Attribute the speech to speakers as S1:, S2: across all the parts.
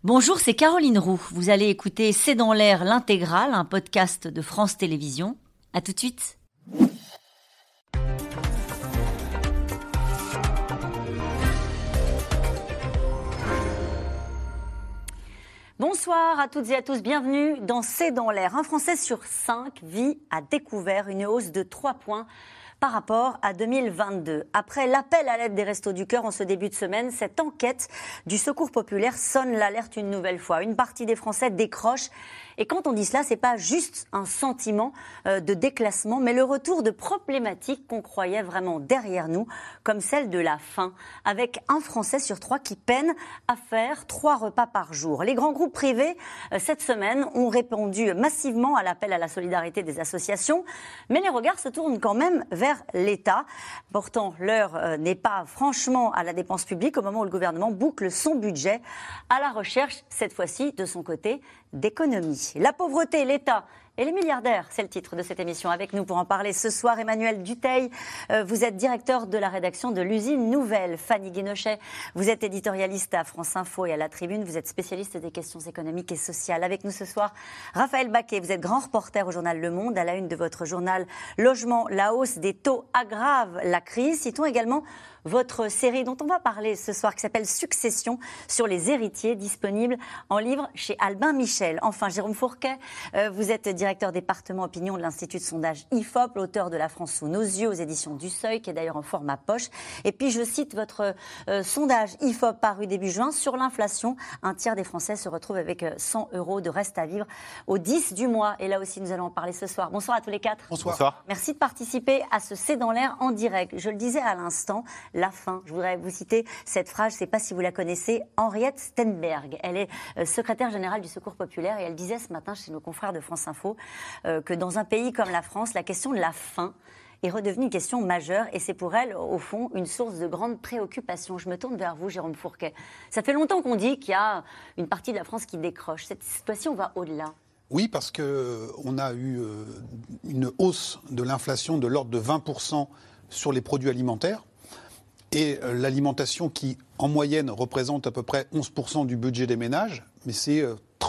S1: Bonjour, c'est Caroline Roux. Vous allez écouter C'est dans l'air l'intégrale, un podcast de France Télévisions. À tout de suite. Bonsoir à toutes et à tous, bienvenue dans C'est dans l'air. Un Français sur 5 vit à découvert, une hausse de 3 points par rapport à 2022. Après l'appel à l'aide des Restos du Cœur en ce début de semaine, cette enquête du Secours populaire sonne l'alerte une nouvelle fois. Une partie des Français décroche. Et quand on dit cela, c'est pas juste un sentiment de déclassement, mais le retour de problématiques qu'on croyait vraiment derrière nous, comme celle de la faim, avec un Français sur 3 qui peine à faire 3 repas par jour. Les grands groupes privés, cette semaine, ont répondu massivement à l'appel à la solidarité des associations, mais les regards se tournent quand même vers l'État. Pourtant, l'heure n'est pas franchement à la dépense publique au moment où le gouvernement boucle son budget à la recherche, cette fois-ci, de son côté, d'économie. La pauvreté, l'État et les milliardaires, c'est le titre de cette émission. Avec nous pour en parler ce soir, Emmanuel Dutheil, vous êtes directeur de la rédaction de l'Usine Nouvelle. Fanny Guénochet, vous êtes éditorialiste à France Info et à La Tribune, vous êtes spécialiste des questions économiques et sociales. Avec nous ce soir, Raphaël Baquet, vous êtes grand reporter au journal Le Monde, à la une de votre journal Logement, la hausse des taux aggrave la crise. Citons également votre série dont on va parler ce soir, qui s'appelle Succession, sur les héritiers, disponible en livre chez Albin Michel. Enfin, Jérôme Fourquet, vous êtes directeur département opinion de l'Institut de sondage IFOP, l'auteur de La France sous nos yeux aux éditions du Seuil, qui est d'ailleurs en format poche. Et puis, je cite votre sondage IFOP paru début juin sur l'inflation. Un tiers des Français se retrouvent avec 100 € de reste à vivre au 10 du mois. Et là aussi, nous allons en parler ce soir. Bonsoir à tous les quatre.
S2: Bonsoir.
S1: Merci de participer à ce C'est dans l'air en direct. Je le disais à l'instant, la faim. Je voudrais vous citer cette phrase, je ne sais pas si vous la connaissez, Henriette Stenberg. Elle est secrétaire générale du Secours populaire et elle disait ce matin chez nos confrères de France Info que dans un pays comme la France, la question de la faim est redevenue une question majeure et c'est pour elle, au fond, une source de grande préoccupation. Je me tourne vers vous, Jérôme Fourquet. Ça fait longtemps qu'on dit qu'il y a une partie de la France qui décroche. Cette situation va au-delà.
S2: Oui, parce qu'on a eu une hausse de l'inflation de l'ordre de 20% sur les produits alimentaires. Et l'alimentation qui, en moyenne, représente à peu près 11% du budget des ménages, mais c'est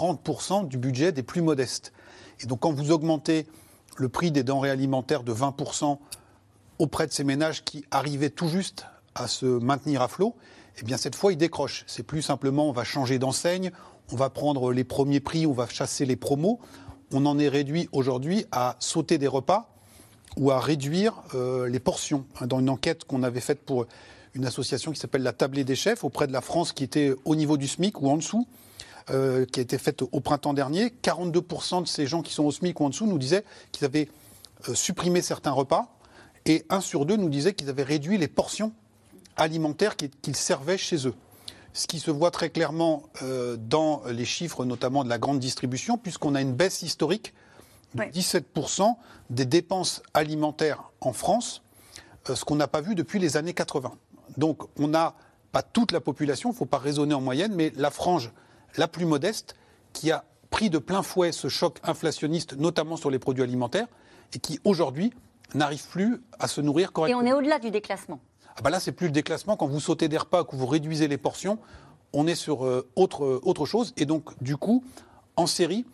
S2: 30% du budget des plus modestes. Et donc quand vous augmentez le prix des denrées alimentaires de 20% auprès de ces ménages qui arrivaient tout juste à se maintenir à flot, eh bien cette fois ils décrochent. C'est plus simplement on va changer d'enseigne, on va prendre les premiers prix, on va chasser les promos. On en est réduit aujourd'hui à sauter des repas ou à réduire les portions. Dans une enquête qu'on avait faite pour une association qui s'appelle la Tablée des chefs auprès de la France qui était au niveau du SMIC ou en dessous, qui a été faite au printemps dernier, 42% de ces gens qui sont au SMIC ou en dessous nous disaient qu'ils avaient supprimé certains repas et 1 sur 2 nous disait qu'ils avaient réduit les portions alimentaires qu'ils servaient chez eux. Ce qui se voit très clairement dans les chiffres notamment de la grande distribution puisqu'on a une baisse historique de 17% des dépenses alimentaires en France, ce qu'on n'a pas vu depuis les années 80. Donc on n'a pas toute la population, il ne faut pas raisonner en moyenne, mais la frange la plus modeste qui a pris de plein fouet ce choc inflationniste, notamment sur les produits alimentaires, et qui aujourd'hui n'arrive plus à se nourrir correctement.
S1: Et on est au-delà du déclassement.
S2: Ah bah là, c'est plus le déclassement. Quand vous sautez des repas, que vous réduisez les portions, on est sur autre chose. Et donc, du coup, en série,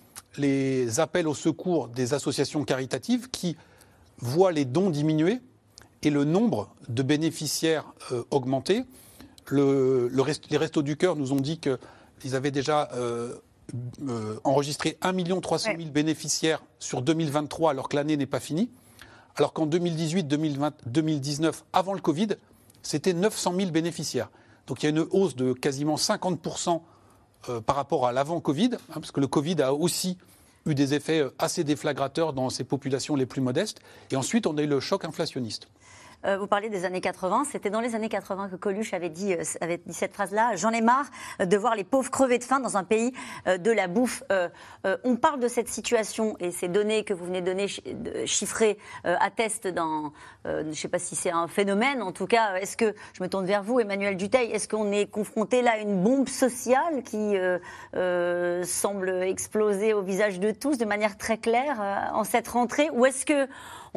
S2: les appels au secours des associations caritatives qui voient les dons diminuer et le nombre de bénéficiaires augmenter. Les Restos du Cœur nous ont dit qu'ils avaient déjà enregistré 1 300 000 bénéficiaires sur 2023 alors que l'année n'est pas finie. Alors qu'en 2018, 2020, 2019, avant le Covid, c'était 900 000 bénéficiaires. Donc il y a une hausse de quasiment 50% par rapport à l'avant-Covid, parce que le Covid a aussi eu des effets assez déflagrateurs dans ces populations les plus modestes. Et ensuite, on a eu le choc inflationniste.
S1: Vous parlez des années 80, c'était dans les années 80 que Coluche avait dit cette phrase-là. J'en ai marre de voir les pauvres crever de faim dans un pays de la bouffe. On parle de cette situation et ces données que vous venez de donner, chiffrées, attestent d'un, je ne sais pas si c'est un phénomène, en tout cas, est-ce que, je me tourne vers vous, Emmanuel Dutheil, est-ce qu'on est confronté là à une bombe sociale qui semble exploser au visage de tous de manière très claire en cette rentrée, ou est-ce que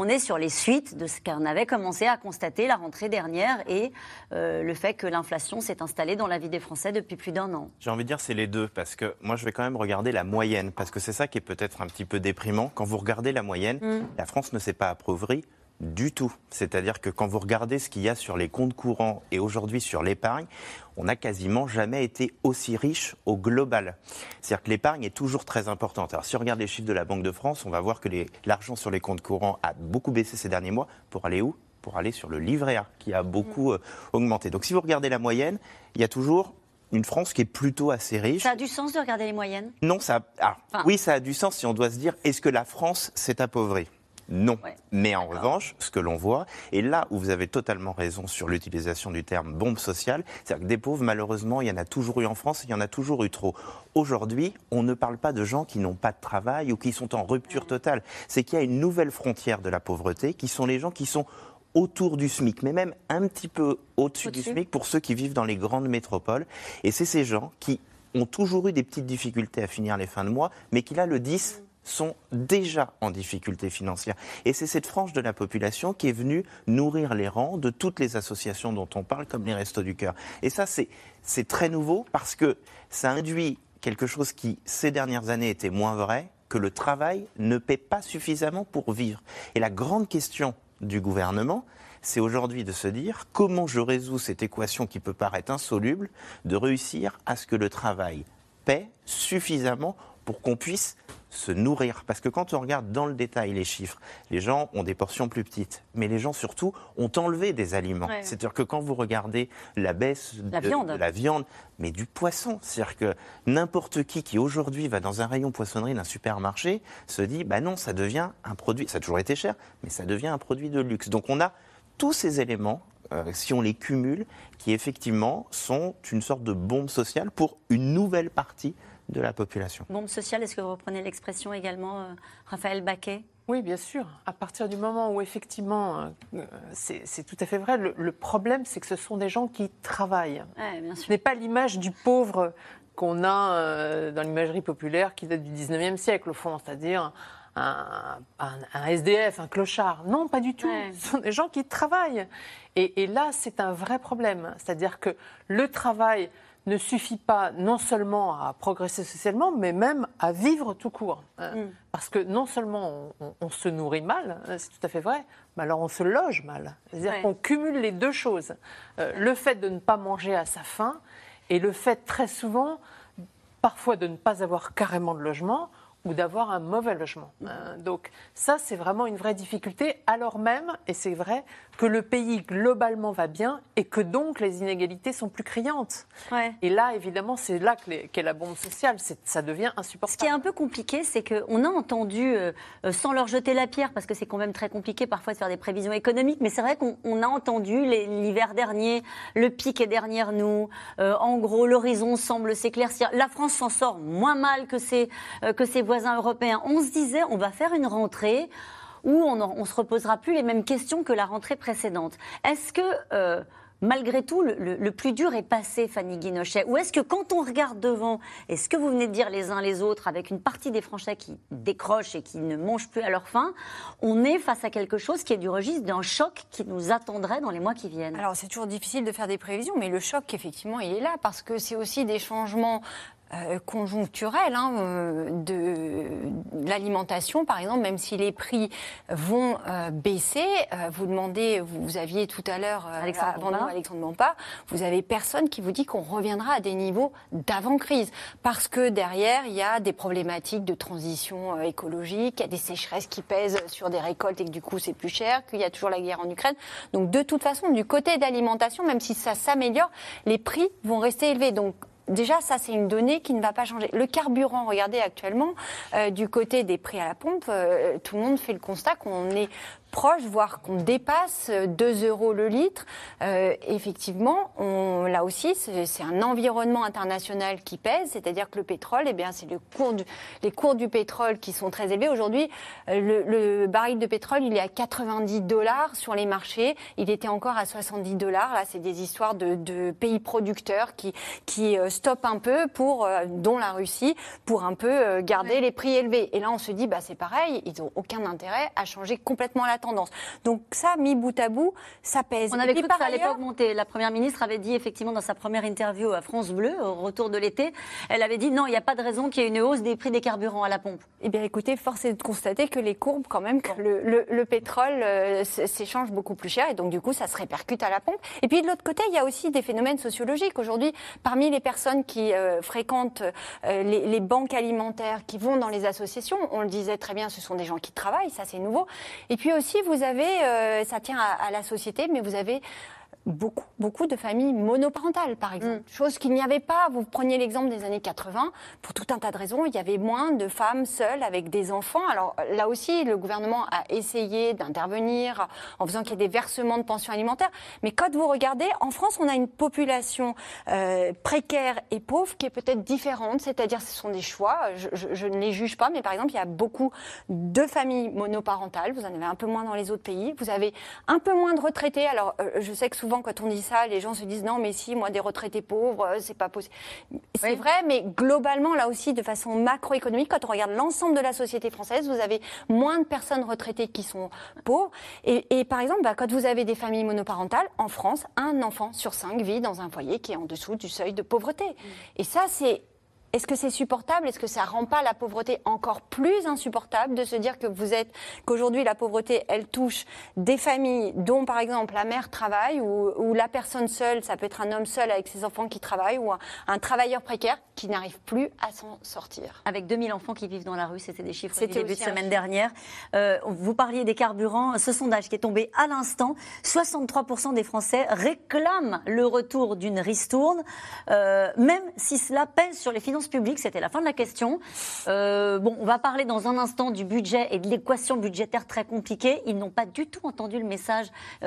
S1: on est sur les suites de ce qu'on avait commencé à constater la rentrée dernière et le fait que l'inflation s'est installée dans la vie des Français depuis plus d'1 an.
S3: J'ai envie de dire c'est les deux, parce que moi je vais quand même regarder la moyenne, parce que c'est ça qui est peut-être un petit peu déprimant. Quand vous regardez la moyenne, la France ne s'est pas appauvrie du tout. C'est-à-dire que quand vous regardez ce qu'il y a sur les comptes courants et aujourd'hui sur l'épargne, on n'a quasiment jamais été aussi riche au global. C'est-à-dire que l'épargne est toujours très importante. Alors si on regarde les chiffres de la Banque de France, on va voir que l'argent sur les comptes courants a beaucoup baissé ces derniers mois. Pour aller où ? Pour aller sur le livret A, qui a beaucoup augmenté. Donc si vous regardez la moyenne, il y a toujours une France qui est plutôt assez riche.
S1: Ça a du sens de regarder les moyennes ?
S3: Non, oui, ça a du sens si on doit se dire, est-ce que la France s'est appauvrie ? Non. Ouais. Mais en revanche, ce que l'on voit, et là où vous avez totalement raison sur l'utilisation du terme bombe sociale, c'est-à-dire que des pauvres, malheureusement, il y en a toujours eu en France et il y en a toujours eu trop. Aujourd'hui, on ne parle pas de gens qui n'ont pas de travail ou qui sont en rupture totale. C'est qu'il y a une nouvelle frontière de la pauvreté qui sont les gens qui sont autour du SMIC, mais même un petit peu au-dessus du SMIC pour ceux qui vivent dans les grandes métropoles. Et c'est ces gens qui ont toujours eu des petites difficultés à finir les fins de mois, mais qui là, le 10... sont déjà en difficulté financière. Et c'est cette frange de la population qui est venue nourrir les rangs de toutes les associations dont on parle, comme les Restos du Cœur. Et ça, c'est très nouveau parce que ça induit quelque chose qui, ces dernières années, était moins vrai, que le travail ne paie pas suffisamment pour vivre. Et la grande question du gouvernement, c'est aujourd'hui de se dire comment je résous cette équation qui peut paraître insoluble, de réussir à ce que le travail paie suffisamment pour qu'on puisse se nourrir. Parce que quand on regarde dans le détail les chiffres, les gens ont des portions plus petites, mais les gens surtout ont enlevé des aliments. Ouais. C'est-à-dire que quand vous regardez la baisse de la viande, mais du poisson, c'est-à-dire que n'importe qui aujourd'hui va dans un rayon poissonnerie d'un supermarché se dit, bah non, ça devient un produit, ça a toujours été cher, mais ça devient un produit de luxe. Donc on a tous ces éléments, si on les cumule, qui effectivement sont une sorte de bombe sociale pour une nouvelle partie de la population.
S1: Bombe sociale, est-ce que vous reprenez l'expression également, Raphaël Baquet ?
S4: Oui, bien sûr. À partir du moment où effectivement, c'est tout à fait vrai, le problème, c'est que ce sont des gens qui travaillent.
S1: Ouais, bien sûr.
S4: Ce n'est pas l'image du pauvre qu'on a dans l'imagerie populaire qui date du 19e siècle, au fond, c'est-à-dire un SDF, un clochard. Non, pas du tout. Ouais. Ce sont des gens qui travaillent. Et là, c'est un vrai problème. C'est-à-dire que le travail ne suffit pas non seulement à progresser socialement, mais même à vivre tout court. Parce que non seulement on se nourrit mal, c'est tout à fait vrai, mais alors on se loge mal. C'est-à-dire qu'on cumule les deux choses. Le fait de ne pas manger à sa faim et le fait très souvent, parfois, de ne pas avoir carrément de logement ou d'avoir un mauvais logement. Donc ça, c'est vraiment une vraie difficulté, alors même, et c'est vrai, que le pays globalement va bien et que donc les inégalités sont plus criantes. Ouais. Et là, évidemment, c'est là qu'est la bombe sociale, ça devient insupportable.
S1: Ce qui est un peu compliqué, c'est qu'on a entendu, sans leur jeter la pierre, parce que c'est quand même très compliqué parfois de faire des prévisions économiques, mais c'est vrai qu'on a entendu l'hiver dernier, le pic est derrière nous, en gros, l'horizon semble s'éclaircir. La France s'en sort moins mal que ses voisins européens. On se disait, on va faire une rentrée où on se reposera plus les mêmes questions que la rentrée précédente. Est-ce que, malgré tout, le plus dur est passé, Fanny Guinochet ? Ou est-ce que quand on regarde devant, et ce que vous venez de dire les uns les autres, avec une partie des Français qui décrochent et qui ne mangent plus à leur faim, on est face à quelque chose qui est du registre d'un choc qui nous attendrait dans les mois qui viennent ?
S5: Alors, c'est toujours difficile de faire des prévisions, mais le choc, effectivement, il est là, parce que c'est aussi des changements conjoncturel de l'alimentation, par exemple, même si les prix vont baisser. Vous demandez, vous aviez tout à l'heure, Alexandre Bompard, vous avez personne qui vous dit qu'on reviendra à des niveaux d'avant-crise. Parce que derrière, il y a des problématiques de transition écologique, il y a des sécheresses qui pèsent sur des récoltes et que du coup c'est plus cher, qu'il y a toujours la guerre en Ukraine. Donc de toute façon, du côté d'alimentation, même si ça s'améliore, les prix vont rester élevés. Donc déjà, ça, c'est une donnée qui ne va pas changer. Le carburant, regardez actuellement, du côté des prix à la pompe, tout le monde fait le constat qu'on est proche, voire qu'on dépasse 2 € le litre. Effectivement, là aussi, c'est un environnement international qui pèse, c'est-à-dire que le pétrole, eh bien, c'est les cours du pétrole qui sont très élevés. Aujourd'hui, le baril de pétrole, il est à $90 sur les marchés. Il était encore à $70. Là, c'est des histoires de pays producteurs qui stoppent un peu, dont la Russie, pour un peu garder les prix élevés. Et là, on se dit, bah, c'est pareil, ils n'ont aucun intérêt à changer complètement la tendance. Donc ça, mis bout à bout, ça pèse.
S1: On avait cru que ça allait pas augmenter. La Première ministre avait dit effectivement dans sa première interview à France Bleu, au retour de l'été, elle avait dit non, il n'y a pas de raison qu'il y ait une hausse des prix des carburants à la pompe.
S5: Eh bien écoutez, force est de constater que les courbes, quand même, que le pétrole s'échange beaucoup plus cher et donc du coup ça se répercute à la pompe. Et puis de l'autre côté, il y a aussi des phénomènes sociologiques. Aujourd'hui, parmi les personnes qui fréquentent les banques alimentaires, qui vont dans les associations, on le disait très bien, ce sont des gens qui travaillent, ça c'est nouveau. Et puis aussi, vous avez, ça tient à la société, mais vous avez beaucoup de familles monoparentales, par exemple. Chose qu'il n'y avait pas. Vous preniez l'exemple des années 80. Pour tout un tas de raisons, il y avait moins de femmes seules avec des enfants. Alors là aussi, le gouvernement a essayé d'intervenir en faisant qu'il y ait des versements de pensions alimentaires. Mais quand vous regardez, en France, on a une population précaire et pauvre qui est peut-être différente. C'est-à-dire, ce sont des choix. Je ne les juge pas, mais par exemple, il y a beaucoup de familles monoparentales. Vous en avez un peu moins dans les autres pays. Vous avez un peu moins de retraités. Alors, je sais que souvent, quand on dit ça, les gens se disent non, mais si, moi, des retraités pauvres, c'est pas possible. C'est vrai, mais globalement, là aussi, de façon macroéconomique, quand on regarde l'ensemble de la société française, vous avez moins de personnes retraitées qui sont pauvres. Et par exemple, quand vous avez des familles monoparentales, en France, 1 enfant sur 5 vit dans un foyer qui est en dessous du seuil de pauvreté. Et ça, c'est... Est-ce que c'est supportable? Est-ce que ça rend pas la pauvreté encore plus insupportable de se dire qu'aujourd'hui la pauvreté, elle touche des familles dont par exemple la mère travaille ou la personne seule, ça peut être un homme seul avec ses enfants qui travaille ou un travailleur précaire qui n'arrive plus à s'en sortir.
S1: Avec 2000 enfants qui vivent dans la rue, c'était des chiffres du début de semaine dernière. Vous parliez des carburants, ce sondage qui est tombé à l'instant, 63% des Français réclament le retour d'une ristourne, même si cela pèse sur les finances publiques. C'était la fin de la question. On va parler dans un instant du budget et de l'équation budgétaire très compliquée. Ils n'ont pas du tout entendu le message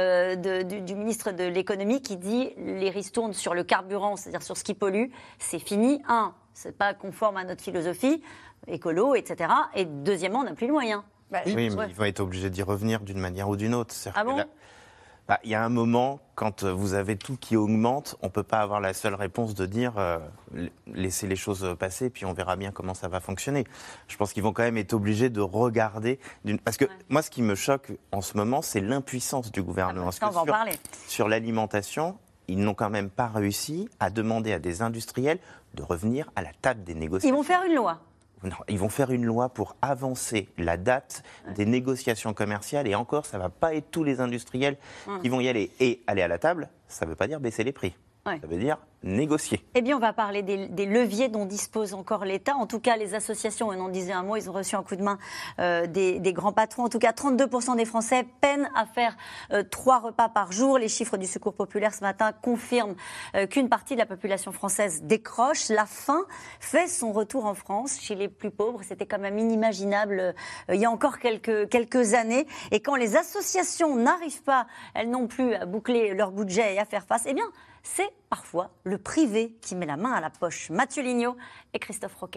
S1: du ministre de l'économie qui dit les ristournes sur le carburant, c'est-à-dire sur ce qui pollue, c'est fini. C'est pas conforme à notre philosophie écolo, etc. Et deuxièmement, on n'a plus de moyens.
S3: Oui, mais ils vont être obligés d'y revenir d'une manière ou d'une autre.
S1: Ah bon ?
S3: Il y a un moment, quand vous avez tout qui augmente, on ne peut pas avoir la seule réponse de dire laissez les choses passer, puis on verra bien comment ça va fonctionner. Je pense qu'ils vont quand même être obligés de regarder. Parce que moi, ce qui me choque en ce moment, c'est l'impuissance du gouvernement.
S1: On va en parler.
S3: Sur l'alimentation, ils n'ont quand même pas réussi à demander à des industriels de revenir à la table des négociations.
S1: Ils vont faire une loi.
S3: Non, ils vont faire une loi pour avancer la date des négociations commerciales. Et encore, ça ne va pas être tous les industriels qui vont y aller. Et aller à la table, ça ne veut pas dire baisser les prix. Ça veut dire négocier.
S1: Eh bien, on va parler des leviers dont dispose encore l'État. En tout cas, les associations, on en disait un mot, ils ont reçu un coup de main des grands patrons. En tout cas, 32% des Français peinent à faire 3 repas par jour. Les chiffres du Secours populaire ce matin confirment qu'une partie de la population française décroche. La faim fait son retour en France chez les plus pauvres. C'était quand même inimaginable il y a encore quelques années. Et quand les associations n'arrivent pas, elles non plus, à boucler leur budget et à faire face, eh bien, c'est parfois le privé qui met la main à la poche. Mathieu Lignot et Christophe Roquet.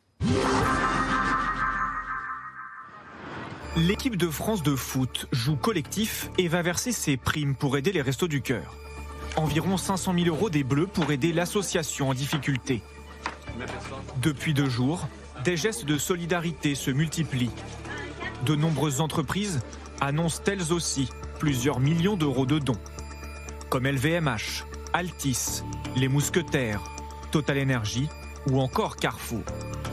S6: L'équipe de France de foot joue collectif et va verser ses primes pour aider les Restos du Cœur. Environ 500 000 € des Bleus pour aider l'association en difficulté. Depuis 2 jours, des gestes de solidarité se multiplient. De nombreuses entreprises annoncent elles aussi plusieurs millions d'euros de dons. Comme LVMH, Altis, Les Mousquetaires, Total Energy ou encore Carrefour.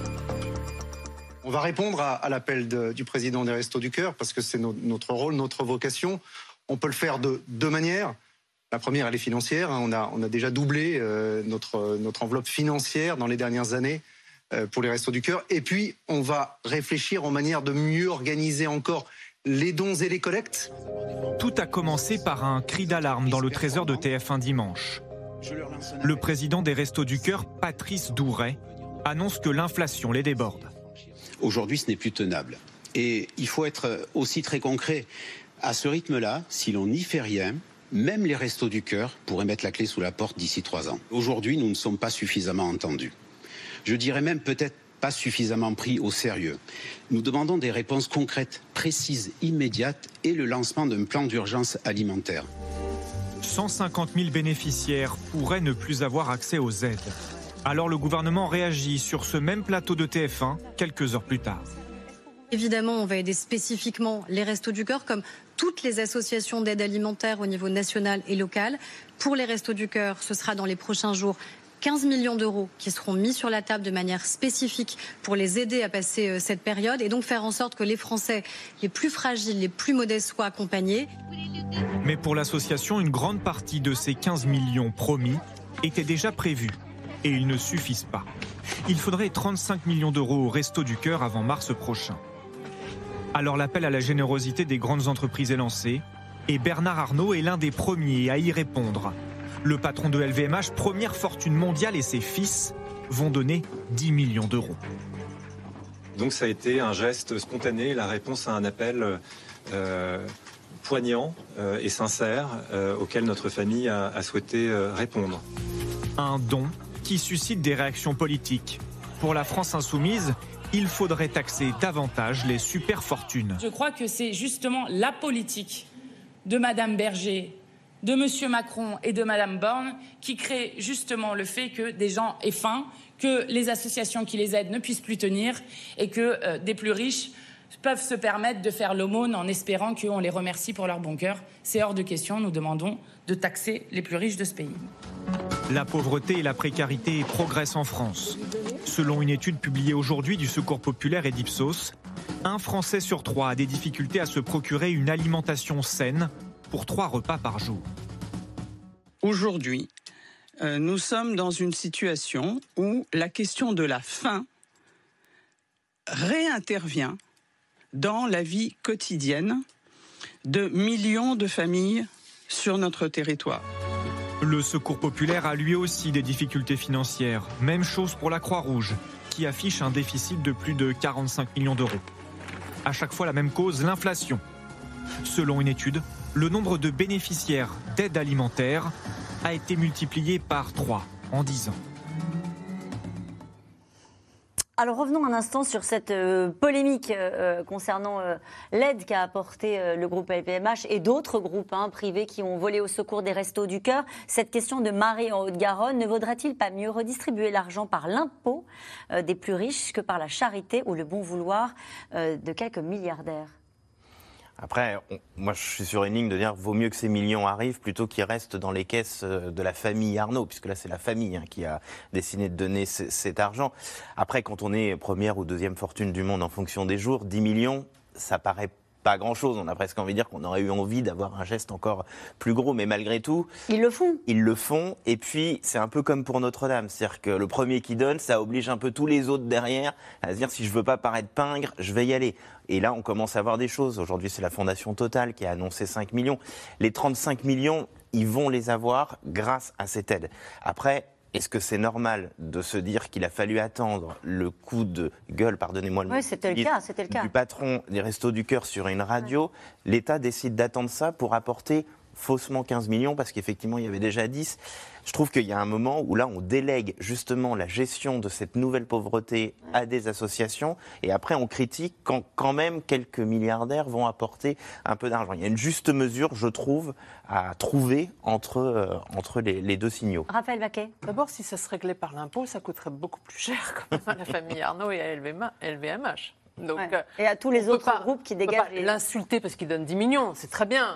S7: On va répondre à l'appel du président des Restos du Cœur parce que c'est notre rôle, notre vocation. On peut le faire de 2 manières. La première, elle est financière. On a déjà doublé notre enveloppe financière dans les dernières années pour les Restos du Cœur. Et puis, on va réfléchir aux manières de mieux organiser encore les dons et les collectes.
S6: Tout a commencé par un cri d'alarme dans le trésor de TF1 dimanche. Le président des Restos du Cœur, Patrice Douret, annonce que l'inflation les déborde.
S8: Aujourd'hui, ce n'est plus tenable. Et il faut être aussi très concret. À ce rythme-là, si l'on n'y fait rien, même les Restos du Cœur pourraient mettre la clé sous la porte d'ici 3 ans. Aujourd'hui, nous ne sommes pas suffisamment entendus. Je dirais même peut-être pas suffisamment pris au sérieux. Nous demandons des réponses concrètes, précises, immédiates et le lancement d'un plan d'urgence alimentaire.
S6: 150 000 bénéficiaires pourraient ne plus avoir accès aux aides. Alors le gouvernement réagit sur ce même plateau de TF1 quelques heures plus tard.
S9: Évidemment, on va aider spécifiquement les Restos du Cœur comme toutes les associations d'aide alimentaire au niveau national et local. Pour les Restos du Cœur, ce sera dans les prochains jours 15 millions d'euros qui seront mis sur la table de manière spécifique pour les aider à passer cette période et donc faire en sorte que les Français les plus fragiles, les plus modestes soient accompagnés.
S6: Mais pour l'association, une grande partie de ces 15 millions promis était déjà prévue et ils ne suffisent pas. Il faudrait 35 millions d'euros aux Restos du Cœur avant mars prochain. Alors l'appel à la générosité des grandes entreprises est lancé et Bernard Arnault est l'un des premiers à y répondre. Le patron de LVMH, première fortune mondiale, et ses fils vont donner 10 millions d'euros.
S10: Donc ça a été un geste spontané, la réponse à un appel poignant et sincère auquel notre famille a souhaité répondre.
S6: Un don qui suscite des réactions politiques. Pour la France insoumise, il faudrait taxer davantage les superfortunes.
S11: Je crois que c'est justement la politique de Madame Berger, de Monsieur Macron et de Madame Borne qui crée justement le fait que des gens aient faim, que les associations qui les aident ne puissent plus tenir et que des plus riches peuvent se permettre de faire l'aumône en espérant qu'on les remercie pour leur bon cœur. C'est hors de question, nous demandons de taxer les plus riches de ce pays.
S6: La pauvreté et la précarité progressent en France. Selon une étude publiée aujourd'hui du Secours populaire et d'Ipsos, un Français sur 3 a des difficultés à se procurer une alimentation saine pour 3 repas par jour.
S12: Aujourd'hui, nous sommes dans une situation où la question de la faim réintervient dans la vie quotidienne de millions de familles sur notre territoire.
S6: Le Secours populaire a lui aussi des difficultés financières. Même chose pour la Croix-Rouge, qui affiche un déficit de plus de 45 millions d'euros. À chaque fois la même cause, l'inflation. Selon une étude, le nombre de bénéficiaires d'aide alimentaire a été multiplié par 3 en 10 ans.
S1: Alors revenons un instant sur cette polémique concernant l'aide qu'a apporté le groupe LVMH et d'autres groupes privés qui ont volé au secours des Restos du Cœur. Cette question de Marie en Haute-Garonne, ne vaudrait-il pas mieux redistribuer l'argent par l'impôt des plus riches que par la charité ou le bon vouloir de quelques milliardaires ?
S3: Après, moi je suis sur une ligne de dire vaut mieux que ces millions arrivent plutôt qu'ils restent dans les caisses de la famille Arnault, puisque là c'est la famille qui a décidé de donner cet argent. Après, quand on est première ou deuxième fortune du monde en fonction des jours, 10 millions, ça paraît pas grand-chose. On a presque envie de dire qu'on aurait eu envie d'avoir un geste encore plus gros, mais malgré tout...
S1: Ils le font.
S3: Ils le font, et puis c'est un peu comme pour Notre-Dame, c'est-à-dire que le premier qui donne, ça oblige un peu tous les autres derrière à se dire si je veux pas paraître pingre, je vais y aller. Et là, on commence à voir des choses. Aujourd'hui, c'est la Fondation Total qui a annoncé 5 millions. Les 35 millions, ils vont les avoir grâce à cette aide. Après... Est-ce que c'est normal de se dire qu'il a fallu attendre le coup de gueule, pardonnez-moi le mot,
S1: c'était le cas.
S3: Du patron des Restos du Cœur sur une radio, ouais. L'État décide d'attendre ça pour apporter faussement 15 millions, parce qu'effectivement, il y avait déjà 10. Je trouve qu'il y a un moment où là, on délègue justement la gestion de cette nouvelle pauvreté à des associations, et après, on critique quand même quelques milliardaires vont apporter un peu d'argent. Il y a une juste mesure, je trouve, à trouver entre les deux signaux.
S1: Raphaël Baquet.
S4: D'abord, si ça se réglait par l'impôt, ça coûterait beaucoup plus cher quand même à la famille Arnault et à LVMH. Donc,
S1: ouais. Et à tous les autres groupes qui dégagent.
S4: On peut pas l'insulter parce qu'il donne 10 millions, c'est très bien.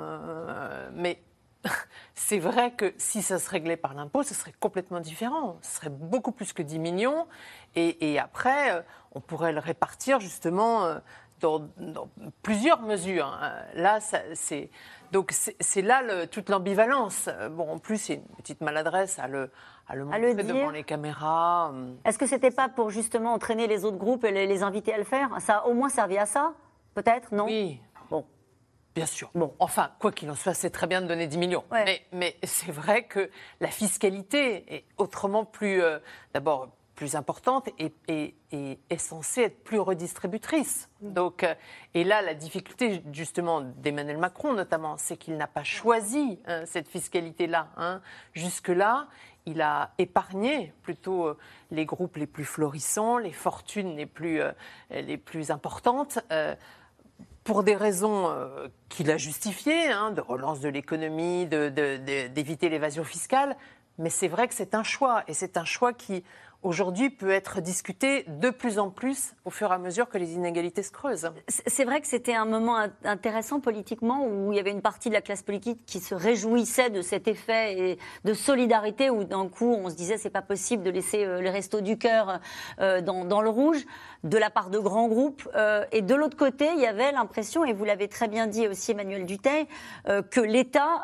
S4: Mais c'est vrai que si ça se réglait par l'impôt, ce serait complètement différent. Ce serait beaucoup plus que 10 millions. Et après, on pourrait le répartir justement dans plusieurs mesures. Là, donc c'est là toute l'ambivalence. Bon, en plus, c'est une petite maladresse à le montrer devant les caméras.
S1: Est-ce que c'était pas pour justement entraîner les autres groupes et les inviter à le faire ? Ça a au moins servi à ça ? Peut-être, non ?
S4: Oui.
S1: Bon.
S4: Bien sûr. Bon, enfin, quoi qu'il en soit, c'est très bien de donner 10 millions. Ouais. Mais c'est vrai que la fiscalité est autrement plus, d'abord, plus importante et est censée être plus redistributrice. Donc, et là, la difficulté, justement, d'Emmanuel Macron, notamment, c'est qu'il n'a pas choisi cette fiscalité-là. Jusque-là, il a épargné plutôt les groupes les plus florissants, les fortunes les plus importantes, pour des raisons qu'il a justifiées, de relance de l'économie, d'éviter l'évasion fiscale. Mais c'est vrai que c'est un choix, et c'est un choix qui, aujourd'hui peut être discuté de plus en plus au fur et à mesure que les inégalités se creusent.
S1: C'est vrai que c'était un moment intéressant politiquement où il y avait une partie de la classe politique qui se réjouissait de cet effet et de solidarité où d'un coup on se disait c'est pas possible de laisser les Restos du Cœur dans le rouge de la part de grands groupes. Et de l'autre côté, il y avait l'impression, et vous l'avez très bien dit aussi Emmanuel Dutheil, que l'État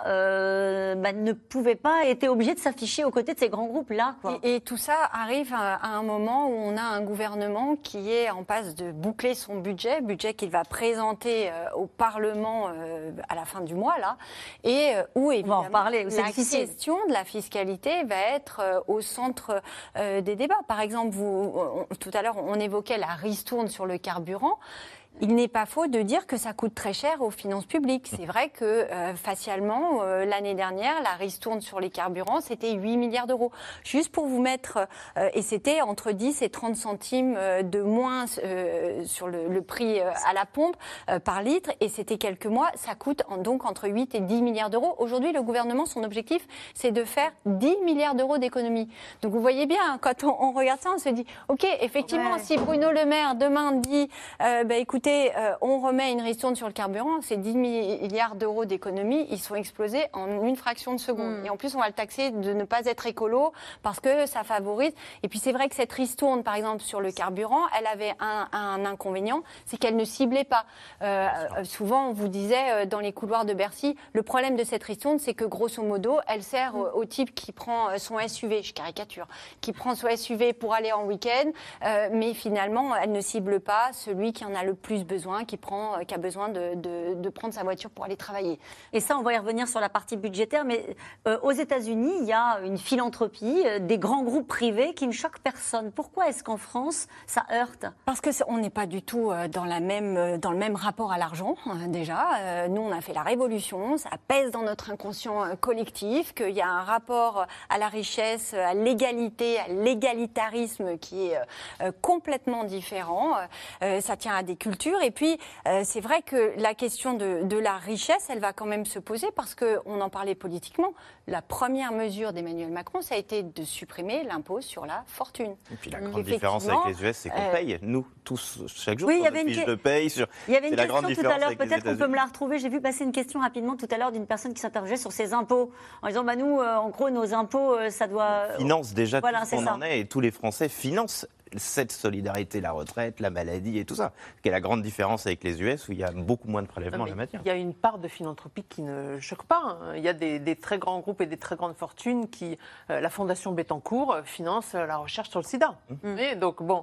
S1: ne pouvait pas, était obligé de s'afficher aux côtés de ces grands groupes-là.
S5: Et tout ça arrive à un moment où on a un gouvernement qui est en passe de boucler son budget qu'il va présenter au Parlement à la fin du mois, là, et où évidemment
S1: on va en reparler,
S5: la question de la fiscalité va être au centre des débats. Par exemple, tout à l'heure, on évoquait la ristourne sur le carburant. Il n'est pas faux de dire que ça coûte très cher aux finances publiques. C'est vrai que facialement, l'année dernière, la ristourne sur les carburants, c'était 8 milliards d'euros. Juste pour vous mettre, et c'était entre 10 et 30 centimes de moins sur le prix à la pompe par litre, et c'était quelques mois, ça coûte donc entre 8 et 10 milliards d'euros. Aujourd'hui, le gouvernement, son objectif, c'est de faire 10 milliards d'euros d'économies. Donc vous voyez bien, quand on regarde ça, on se dit, ok, effectivement, si Bruno Le Maire demain dit, écoutez, on remet une ristourne sur le carburant, ces 10 milliards d'euros d'économies, ils sont explosés en une fraction de seconde. Et en plus, on va le taxer de ne pas être écolo parce que ça favorise. Et puis, c'est vrai que cette ristourne, par exemple, sur le carburant, elle avait un inconvénient, c'est qu'elle ne ciblait pas. Souvent, on vous disait dans les couloirs de Bercy, le problème de cette ristourne, c'est que grosso modo, elle sert au type qui prend son SUV, je caricature, qui prend son SUV pour aller en week-end, mais finalement, elle ne cible pas celui qui en a le plus besoin, qui a besoin de prendre sa voiture pour aller travailler.
S1: Et ça, on va y revenir sur la partie budgétaire, mais aux États-Unis, il y a une philanthropie, des grands groupes privés qui ne choquent personne. Pourquoi est-ce qu'en France, ça heurte ?
S5: Parce qu'on n'est pas du tout dans le même rapport à l'argent, déjà. Nous, on a fait la révolution, ça pèse dans notre inconscient collectif, qu'il y a un rapport à la richesse, à l'égalité, à l'égalitarisme qui est complètement différent. Ça tient à des cultures. Et puis, c'est vrai que la question de la richesse, elle va quand même se poser parce qu'on en parlait politiquement. La première mesure d'Emmanuel Macron, ça a été de supprimer l'impôt sur la fortune.
S3: Et puis la grande différence avec les US, c'est qu'on paye, nous, tous, chaque jour,
S1: oui,
S3: sur notre fiche de paye.
S1: Il y avait une question tout à l'heure, peut-être qu'on peut me la retrouver. J'ai vu passer une question rapidement tout à l'heure d'une personne qui s'interrogeait sur ses impôts. En disant, nous, en gros, nos impôts, ça doit...
S3: On finance déjà
S1: voilà,
S3: tout ce qu'on en est, et tous les Français financent cette solidarité, la retraite, la maladie et tout ça. Qui est la grande différence avec les US où il y a beaucoup moins de prélèvements en la matière.
S4: Il y a une part de philanthropie qui ne choque pas. Il y a des très grands groupes et des très grandes fortunes qui, la Fondation Bettencourt, finance la recherche sur le sida. Et donc bon,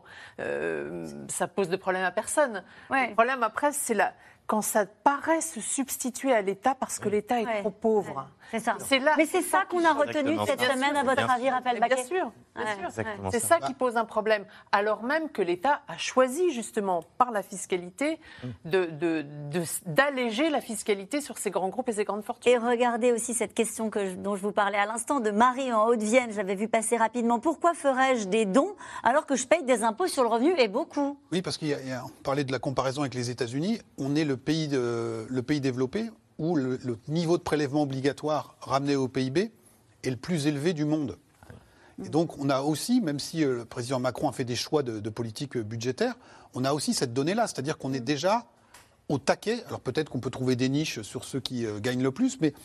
S4: ça pose de problème à personne.
S1: Ouais.
S4: Le problème après, c'est quand ça paraît se substituer à l'État parce que l'État est trop pauvre.
S1: C'est ça.
S4: Là,
S1: mais c'est ça qu'on a retenu cette semaine, à votre avis, Raphaël Baquet.
S4: Bien sûr. C'est ça qui pose un problème. Alors même que l'État a choisi justement par la fiscalité d'alléger la fiscalité sur ces grands groupes et ces grandes fortunes.
S1: Et regardez aussi cette question dont je vous parlais à l'instant de Marie en Haute-Vienne. J'avais vu passer rapidement. Pourquoi ferais-je des dons alors que je paye des impôts sur le revenu et beaucoup ?
S2: Oui, parce on parlait de la comparaison avec les États-Unis. On est le pays développé où le niveau de prélèvement obligatoire ramené au PIB est le plus élevé du monde. Et donc on a aussi, même si le président Macron a fait des choix de politique budgétaire, on a aussi cette donnée-là, c'est-à-dire qu'on est déjà au taquet. Alors peut-être qu'on peut trouver des niches sur ceux qui gagnent le plus, mais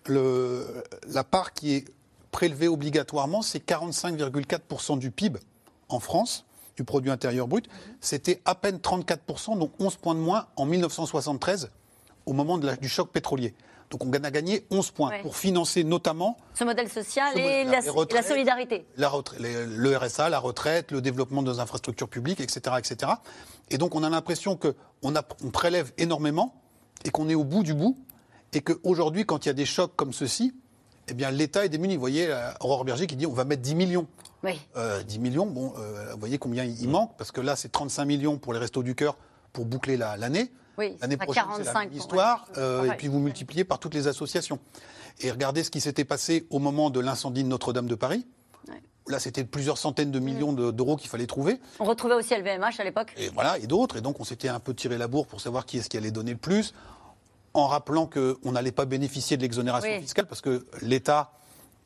S2: la part qui est prélevée obligatoirement, c'est 45,4% du PIB en France, du produit intérieur brut. C'était à peine 34%, donc 11 points de moins en 1973, au moment du choc pétrolier. Donc on a gagné 11 points pour financer notamment...
S1: Ce modèle social et la solidarité.
S2: Le RSA, la retraite, le développement de nos infrastructures publiques, etc. etc. Et donc on a l'impression qu'on prélève énormément et qu'on est au bout du bout. Et qu'aujourd'hui, quand il y a des chocs comme ceux-ci, eh bien, l'État est démuni. Vous voyez, Aurore Berger qui dit on va mettre 10 millions.
S1: Oui.
S2: 10 millions, vous voyez combien il manque, parce que là, c'est 35 millions pour les Restos du Cœur pour boucler l'année.
S1: Oui,
S2: l'année prochaine, c'est la même histoire, et puis vous multipliez par toutes les associations. Et regardez ce qui s'était passé au moment de l'incendie de Notre-Dame de Paris. Ouais. Là, c'était plusieurs centaines de millions d'euros qu'il fallait trouver.
S1: On retrouvait aussi LVMH à l'époque.
S2: Et voilà, et d'autres. Et donc, on s'était un peu tiré la bourre pour savoir qui est-ce qui allait donner le plus, en rappelant qu'on n'allait pas bénéficier de l'exonération fiscale, parce que l'État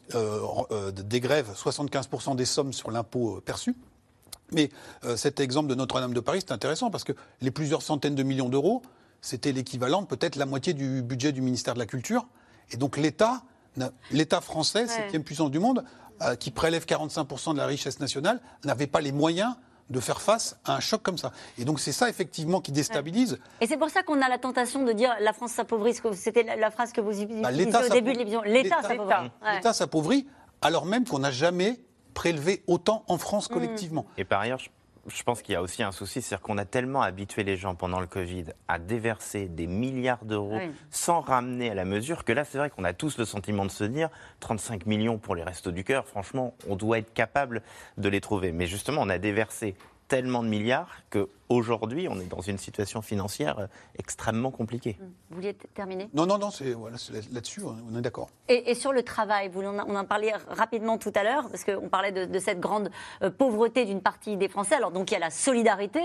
S2: dégrève 75% des sommes sur l'impôt perçu. Mais cet exemple de Notre-Dame de Paris, c'est intéressant parce que les plusieurs centaines de millions d'euros, c'était l'équivalent de peut-être la moitié du budget du ministère de la Culture. Et donc l'État français, 7e puissance du monde, qui prélève 45% de la richesse nationale, n'avait pas les moyens de faire face à un choc comme ça. Et donc c'est ça effectivement qui déstabilise.
S1: Et c'est pour ça qu'on a la tentation de dire la France s'appauvrit. C'était la phrase que vous utilisez au début de l'émission. L'État s'appauvrit.
S2: L'État s'appauvrit alors même qu'on n'a jamais prélevé autant en France collectivement.
S3: Et par ailleurs, je pense qu'il y a aussi un souci, c'est-à-dire qu'on a tellement habitué les gens pendant le Covid à déverser des milliards d'euros sans ramener à la mesure que là, c'est vrai qu'on a tous le sentiment de se dire 35 millions pour les Restos du Cœur, franchement, on doit être capable de les trouver. Mais justement, on a déversé tellement de milliards qu'aujourd'hui, on est dans une situation financière extrêmement compliquée.
S1: Vous vouliez terminer ?
S2: Non, c'est là-dessus, on est d'accord.
S1: Et sur le travail, on en parlait rapidement tout à l'heure, parce qu'on parlait de cette grande pauvreté d'une partie des Français. Alors donc il y a la solidarité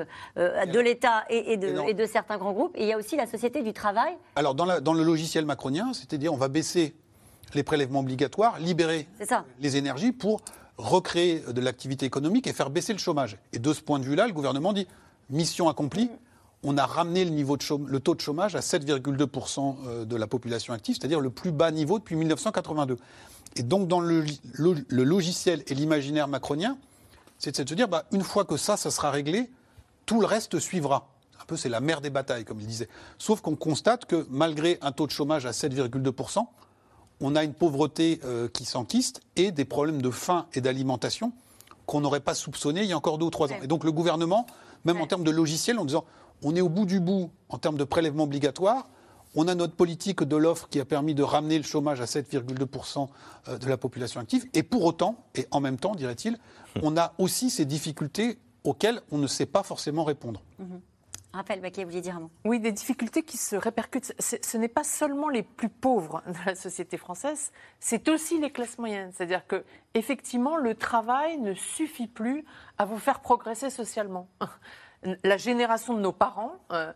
S1: de l'État et de certains grands groupes, et il y a aussi la société du travail.
S2: Alors dans le logiciel macronien, c'est-à-dire on va baisser les prélèvements obligatoires, libérer les énergies pour recréer de l'activité économique et faire baisser le chômage. Et de ce point de vue-là, le gouvernement dit mission accomplie. On a ramené le taux de chômage à 7,2% de la population active, c'est-à-dire le plus bas niveau depuis 1982. Et donc dans le logiciel et l'imaginaire macronien, c'est de se dire une fois que ça sera réglé, tout le reste suivra. Un peu c'est la mère des batailles, comme il disait. Sauf qu'on constate que malgré un taux de chômage à 7,2%, on a une pauvreté qui s'enquiste et des problèmes de faim et d'alimentation qu'on n'aurait pas soupçonnés il y a encore 2 ou 3 ans. Et donc le gouvernement, même en termes de logiciel, en disant on est au bout du bout en termes de prélèvement obligatoire, on a notre politique de l'offre qui a permis de ramener le chômage à 7,2% de la population active, et pour autant, et en même temps, dirait-il, on a aussi ces difficultés auxquelles on ne sait pas forcément répondre.
S1: Raphaël Baquet, vous vouliez dire un mot ?
S4: Oui, des difficultés qui se répercutent. Ce n'est pas seulement les plus pauvres de la société française, c'est aussi les classes moyennes. C'est-à-dire que, effectivement, le travail ne suffit plus à vous faire progresser socialement. La génération de nos parents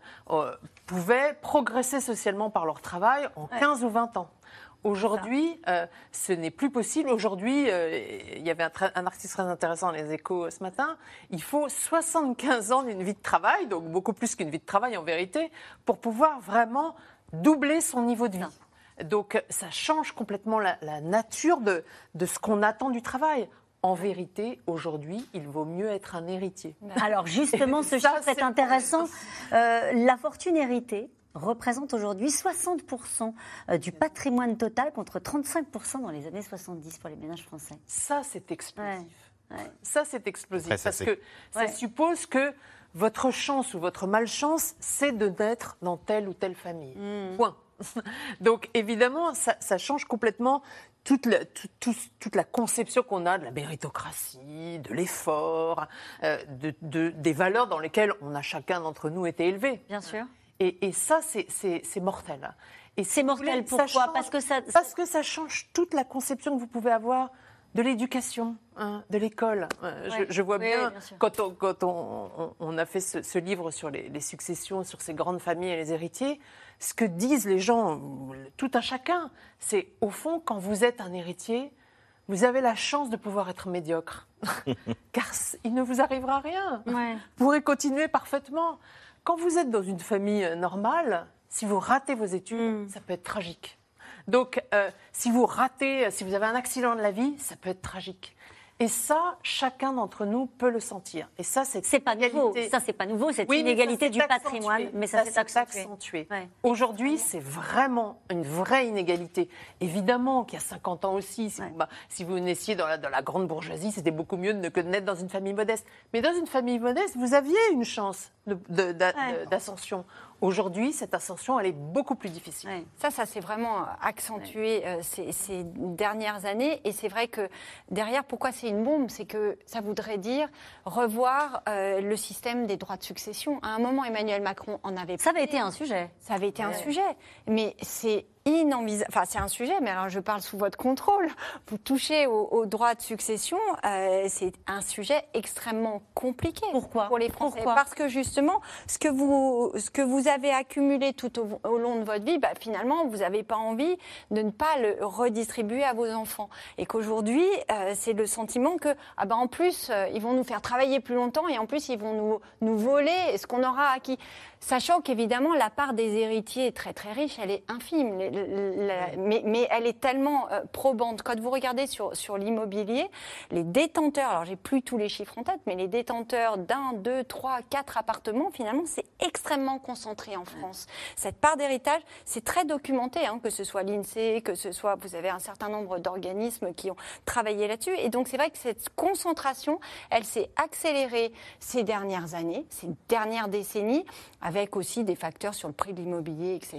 S4: pouvait progresser socialement par leur travail en 15 ou 20 ans. Aujourd'hui, ce n'est plus possible. Aujourd'hui, il y avait un article très intéressant dans Les Échos ce matin. Il faut 75 ans d'une vie de travail, donc beaucoup plus qu'une vie de travail en vérité, pour pouvoir vraiment doubler son niveau de vie. Donc ça change complètement la nature de ce qu'on attend du travail. En vérité, aujourd'hui, il vaut mieux être un héritier.
S1: Alors justement, ce chiffre est intéressant. La fortune héritée représente aujourd'hui 60% du patrimoine total contre 35% dans les années 70 pour les ménages français.
S4: Ça, c'est explosif. Ça, c'est explosif. Parce que ça suppose que votre chance ou votre malchance, c'est de naître dans telle ou telle famille. Point. Donc, évidemment, ça change complètement toute la conception qu'on a de la méritocratie, de l'effort, des valeurs dans lesquelles on a chacun d'entre nous été élevé.
S1: Bien sûr.
S4: Et ça, c'est mortel.
S1: Et c'est mortel, pourquoi ?
S4: Parce que ça change toute la conception que vous pouvez avoir de l'éducation, de l'école. Je vois bien, quand on a fait ce livre sur les successions, sur ces grandes familles et les héritiers, ce que disent les gens, tout un chacun, c'est au fond, quand vous êtes un héritier, vous avez la chance de pouvoir être médiocre. Car il ne vous arrivera rien. Vous pourrez continuer parfaitement. Quand vous êtes dans une famille normale, si vous ratez vos études, ça peut être tragique. Donc, si vous avez un accident de la vie, ça peut être tragique. Et ça, chacun d'entre nous peut le sentir. Et ça, c'est
S1: pas nouveau. Ça, c'est pas nouveau. C'est une inégalité du patrimoine, mais ça s'est
S4: accentué. Aujourd'hui, c'est vraiment une vraie inégalité. Évidemment qu'il y a 50 ans aussi, si vous naissiez dans la grande bourgeoisie, c'était beaucoup mieux que de naître dans une famille modeste. Mais dans une famille modeste, vous aviez une chance d'ascension. Aujourd'hui, cette ascension, elle est beaucoup plus difficile.
S5: Ça s'est vraiment accentué ces dernières années. Et c'est vrai que derrière, pourquoi c'est une bombe ? C'est que ça voudrait dire revoir le système des droits de succession. À un moment, Emmanuel Macron en avait parlé.
S1: Ça avait été un sujet.
S5: Ça avait été un sujet. Mais c'est inenvisageable. Enfin, c'est un sujet, mais alors je parle sous votre contrôle. Vous touchez au droit de succession, c'est un sujet extrêmement compliqué.
S1: Pourquoi ?
S5: Pour les Français. Parce que justement, ce que vous avez accumulé tout au long de votre vie, finalement, vous n'avez pas envie de ne pas le redistribuer à vos enfants. Et qu'aujourd'hui, c'est le sentiment que, en plus, ils vont nous faire travailler plus longtemps et en plus, ils vont nous voler ce qu'on aura acquis. Sachant qu'évidemment, la part des héritiers très très riches, elle est infime, mais elle est tellement probante. Quand vous regardez sur l'immobilier, les détenteurs, alors j'ai plus tous les chiffres en tête, mais les détenteurs d'1, 2, 3, 4 appartements, finalement, c'est extrêmement concentré en France. Cette part d'héritage, c'est très documenté, que ce soit l'INSEE, que ce soit, vous avez un certain nombre d'organismes qui ont travaillé là-dessus. Et donc c'est vrai que cette concentration, elle s'est accélérée ces dernières années, ces dernières décennies, avec aussi des facteurs sur le prix de l'immobilier, etc.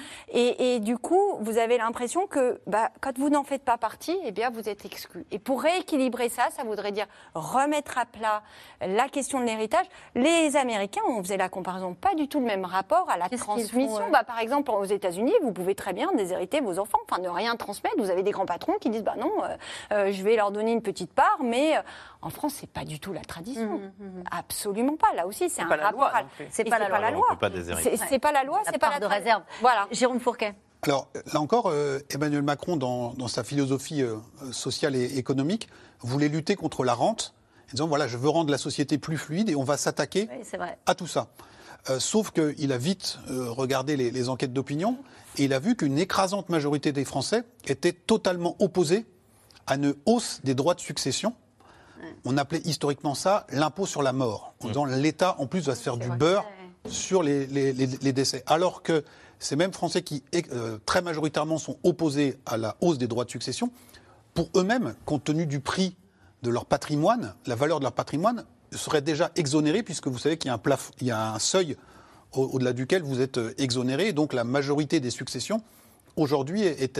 S5: Et du coup, vous avez l'impression que quand vous n'en faites pas partie, vous êtes exclu. Et pour rééquilibrer ça voudrait dire remettre à plat la question de l'héritage. Les Américains, on faisait la comparaison, pas du tout le même rapport à la transmission. Par exemple, aux États-Unis, vous pouvez très bien déshériter vos enfants, ne rien transmettre. Vous avez des grands patrons qui disent non, je vais leur donner une petite part, mais en France, c'est pas du tout la tradition. Absolument pas. Là aussi, c'est un rapport. C'est pas la loi. C'est pas la loi, c'est pas la
S1: de réserve.
S5: Voilà.
S1: Jérôme Fourquet.
S2: Alors, là encore, Emmanuel Macron, dans sa philosophie sociale et économique, voulait lutter contre la rente, en disant, voilà, je veux rendre la société plus fluide et on va s'attaquer à tout ça. Sauf qu'il a vite regardé les enquêtes d'opinion et il a vu qu'une écrasante majorité des Français étaient totalement opposés à une hausse des droits de succession. On appelait historiquement ça l'impôt sur la mort, en disant l'État, en plus, va se faire du beurre sur les décès. Alors que ces mêmes Français qui, très majoritairement, sont opposés à la hausse des droits de succession, pour eux-mêmes, compte tenu du prix de leur patrimoine, la valeur de leur patrimoine, seraient déjà exonérés, puisque vous savez qu'il y a un seuil au-delà duquel vous êtes exonéré. Et donc la majorité des successions, aujourd'hui, est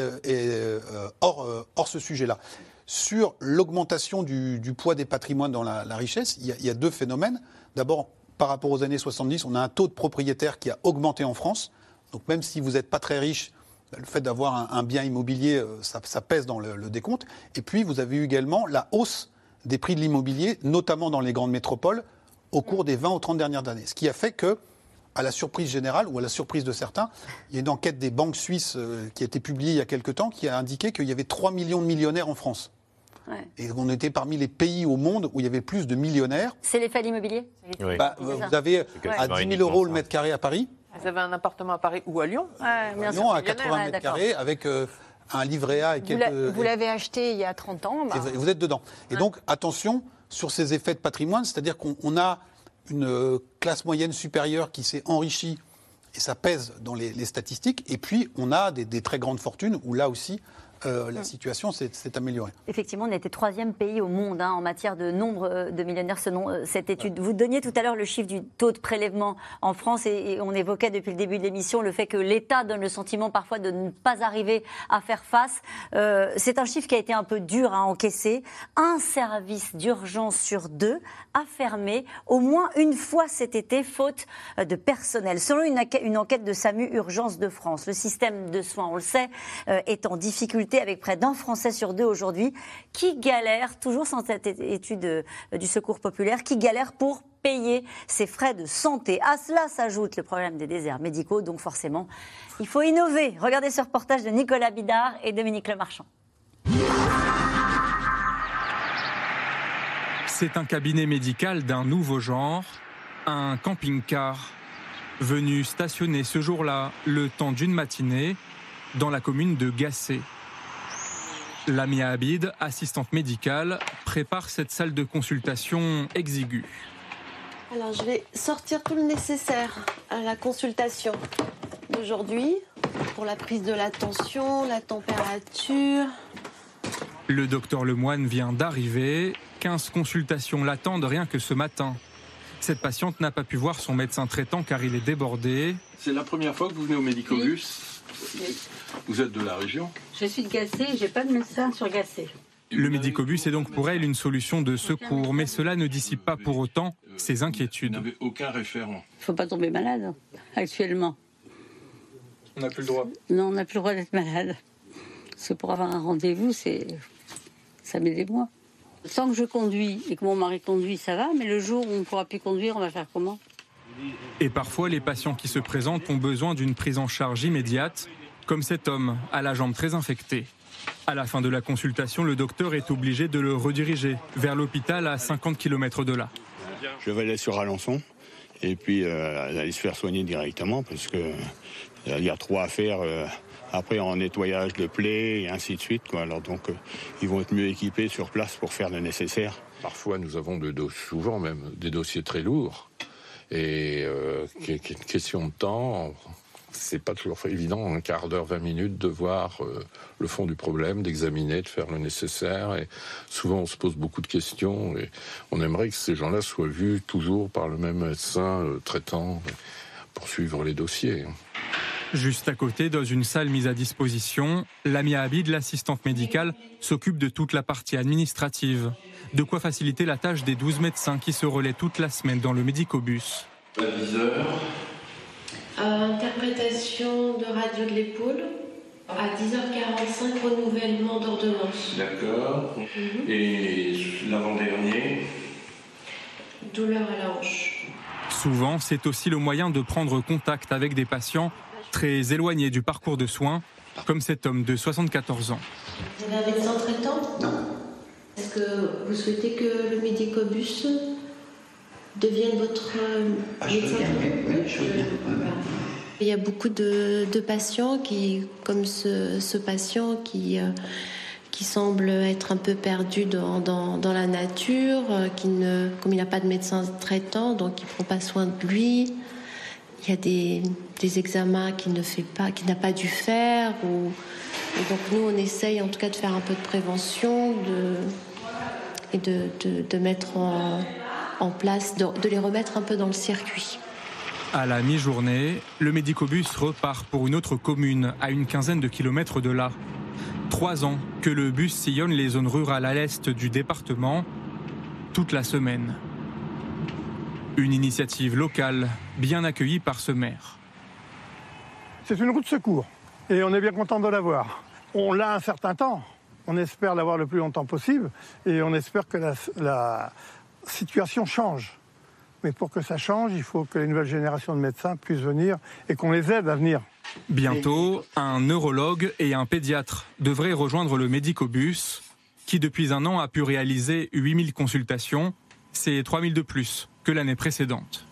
S2: hors ce sujet-là. Sur l'augmentation du poids des patrimoines dans la richesse, il y a deux phénomènes. D'abord, par rapport aux années 70, on a un taux de propriétaires qui a augmenté en France. Donc même si vous n'êtes pas très riche, le fait d'avoir un bien immobilier, ça pèse dans le décompte. Et puis, vous avez eu également la hausse des prix de l'immobilier, notamment dans les grandes métropoles, au cours des 20 ou 30 dernières années. Ce qui a fait que, à la surprise générale, ou à la surprise de certains, il y a une enquête des banques suisses qui a été publiée il y a quelque temps, qui a indiqué qu'il y avait 3 millions de millionnaires en France. Ouais. Et on était parmi les pays au monde où il y avait plus de millionnaires.
S1: C'est l'effet de l'immobilier ?
S2: Vous avez à 10 000 euros le mètre carré à Paris.
S4: Vous avez un appartement à Paris ou à Lyon ?
S2: Lyon à 80 mètres carrés avec un livret A et quelques...
S5: Vous l'avez acheté il y a 30 ans.
S2: Et vous êtes dedans. Et donc, attention sur ces effets de patrimoine, c'est-à-dire qu'on a une classe moyenne supérieure qui s'est enrichie, et ça pèse dans les statistiques, et puis on a des très grandes fortunes où là aussi, la situation s'est améliorée.
S1: Effectivement, on était 3e pays au monde en matière de nombre de millionnaires selon cette étude. Vous donniez tout à l'heure le chiffre du taux de prélèvement en France et on évoquait depuis le début de l'émission le fait que l'État donne le sentiment parfois de ne pas arriver à faire face. C'est un chiffre qui a été un peu dur à encaisser. Un service d'urgence sur 2 a fermé au moins une fois cet été, faute de personnel. Selon une enquête de SAMU Urgence de France, le système de soins, on le sait, est en difficulté avec près d'un Français sur 2 aujourd'hui qui galère, toujours sans cette étude du Secours populaire, qui galère pour payer ses frais de santé. À cela s'ajoute le problème des déserts médicaux, donc forcément, il faut innover. Regardez ce reportage de Nicolas Bidard et Dominique Lemarchand.
S6: C'est un cabinet médical d'un nouveau genre, un camping-car, venu stationner ce jour-là, le temps d'une matinée, dans la commune de Gassé. Lamia Abid, assistante médicale, prépare cette salle de consultation exiguë.
S13: Alors, je vais sortir tout le nécessaire à la consultation d'aujourd'hui pour la prise de la tension, la température.
S6: Le docteur Lemoine vient d'arriver. 15 consultations l'attendent rien que ce matin. Cette patiente n'a pas pu voir son médecin traitant car il est débordé.
S14: C'est la première fois que vous venez au Médicobus ?
S15: Oui.
S14: Vous êtes de la région ?
S15: Je suis de Gassé, j'ai pas de médecin sur Gassé.
S6: Le Médicobus est donc pour elle une solution de secours, mais cela ne dissipe pas pour autant ses inquiétudes.
S14: Vous n'avez aucun référent ?
S15: Il ne faut pas tomber malade, actuellement.
S10: On n'a plus le droit.
S15: Non, on n'a plus le droit d'être malade. Parce que pour avoir un rendez-vous, ça met des mois. Tant que je conduis et que mon mari conduit, ça va, mais le jour où on ne pourra plus conduire, on va faire comment ?
S6: Et parfois, les patients qui se présentent ont besoin d'une prise en charge immédiate, comme cet homme à la jambe très infectée. À la fin de la consultation, le docteur est obligé de le rediriger vers l'hôpital à 50 km de là.
S16: Je vais aller sur Alençon et puis aller se faire soigner directement parce qu'il y a trop à faire après en nettoyage de plaies et ainsi de suite, quoi. Alors donc ils vont être mieux équipés sur place pour faire le nécessaire.
S14: Parfois nous avons souvent même des dossiers très lourds et une question de temps. C'est pas toujours évident, un quart d'heure, 20 minutes, de voir le fond du problème, d'examiner, de faire le nécessaire. Et souvent, on se pose beaucoup de questions. Et on aimerait que ces gens-là soient vus toujours par le même médecin traitant pour suivre les dossiers.
S6: Juste à côté, dans une salle mise à disposition, Lamia Abid, l'assistante médicale, s'occupe de toute la partie administrative. De quoi faciliter la tâche des 12 médecins qui se relaient toute la semaine dans le médicobus.
S14: À 10 heures.
S13: Interprétation de radio de l'épaule. À 10h45, renouvellement d'ordonnance.
S14: D'accord. Et l'avant-dernier.
S13: Douleur à la hanche.
S6: Souvent, c'est aussi le moyen de prendre contact avec des patients très éloignés du parcours de soins, comme cet homme de 74 ans.
S13: Vous avez un médecin traitant ? Non. Est-ce que vous souhaitez que le médicobus devienne votre médecin traitant ? Il y a beaucoup de patients qui, comme ce patient qui semble être un peu perdu dans la nature, comme il n'a pas de médecin traitant, donc il ne prend pas soin de lui. Il y a des examens qu'il n'a pas dû faire. Et donc nous, on essaye en tout cas de faire un peu de prévention et de mettre en place, de les remettre un peu dans le circuit.
S6: À la mi-journée, le médicobus repart pour une autre commune à une quinzaine de kilomètres de là. 3 ans que le bus sillonne les zones rurales à l'est du département, toute la semaine. Une initiative locale bien accueillie par ce maire.
S17: C'est une roue de secours et on est bien content de l'avoir. On l'a un certain temps, on espère l'avoir le plus longtemps possible et on espère que la situation change. Mais pour que ça change, il faut que les nouvelles générations de médecins puissent venir et qu'on les aide à venir.
S6: Bientôt, un neurologue et un pédiatre devraient rejoindre le médicobus, qui depuis 1 an a pu réaliser 8000 consultations. C'est 3000 de plus que l'année précédente.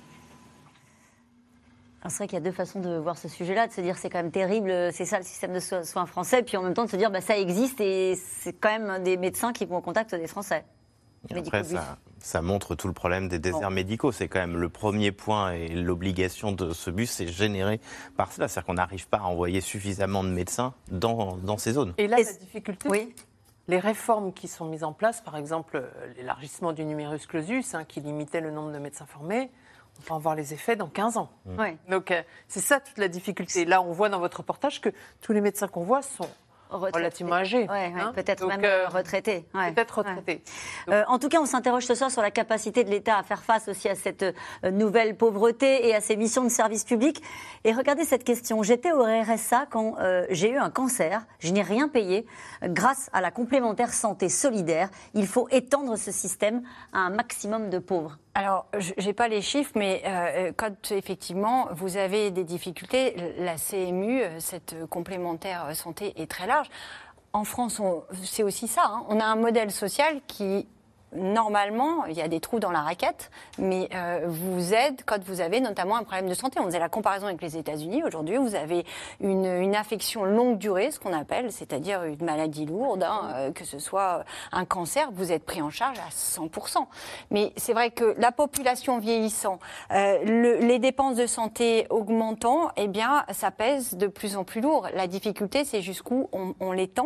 S1: Alors c'est vrai qu'il y a 2 façons de voir ce sujet-là, de se dire c'est quand même terrible, c'est ça le système de soins français, puis en même temps de se dire ça existe et c'est quand même des médecins qui vont au contact des Français.
S3: Après, ça montre tout le problème des déserts médicaux. C'est quand même le premier point et l'obligation de ce bus, c'est généré par cela. C'est-à-dire qu'on n'arrive pas à envoyer suffisamment de médecins dans ces zones.
S4: Et là, la difficulté, les réformes qui sont mises en place, par exemple l'élargissement du numerus clausus, qui limitait le nombre de médecins formés, on va en voir les effets dans 15 ans.
S1: Oui.
S4: Donc c'est ça toute la difficulté. Là, on voit dans votre reportage que tous les médecins qu'on voit sont relativement âgés.
S1: Peut-être même retraités.
S4: Peut-être retraités.
S1: En tout cas, on s'interroge ce soir sur la capacité de l'État à faire face aussi à cette nouvelle pauvreté et à ses missions de service public. Et regardez cette question. J'étais au RSA quand j'ai eu un cancer. Je n'ai rien payé. Grâce à la complémentaire santé solidaire, il faut étendre ce système à un maximum de pauvres.
S5: Alors, je n'ai pas les chiffres, mais quand effectivement vous avez des difficultés, la CMU, cette complémentaire santé, est très large. En France, c'est aussi ça. On a un modèle social qui, normalement, il y a des trous dans la raquette, mais vous aide quand vous avez notamment un problème de santé. On faisait la comparaison avec les États-Unis. Aujourd'hui, vous avez une affection longue durée, ce qu'on appelle, c'est-à-dire une maladie lourde, que ce soit un cancer, vous êtes pris en charge à 100%. Mais c'est vrai que la population vieillissant, les dépenses de santé augmentant, eh bien, ça pèse de plus en plus lourd. La difficulté, c'est jusqu'où on l'étend.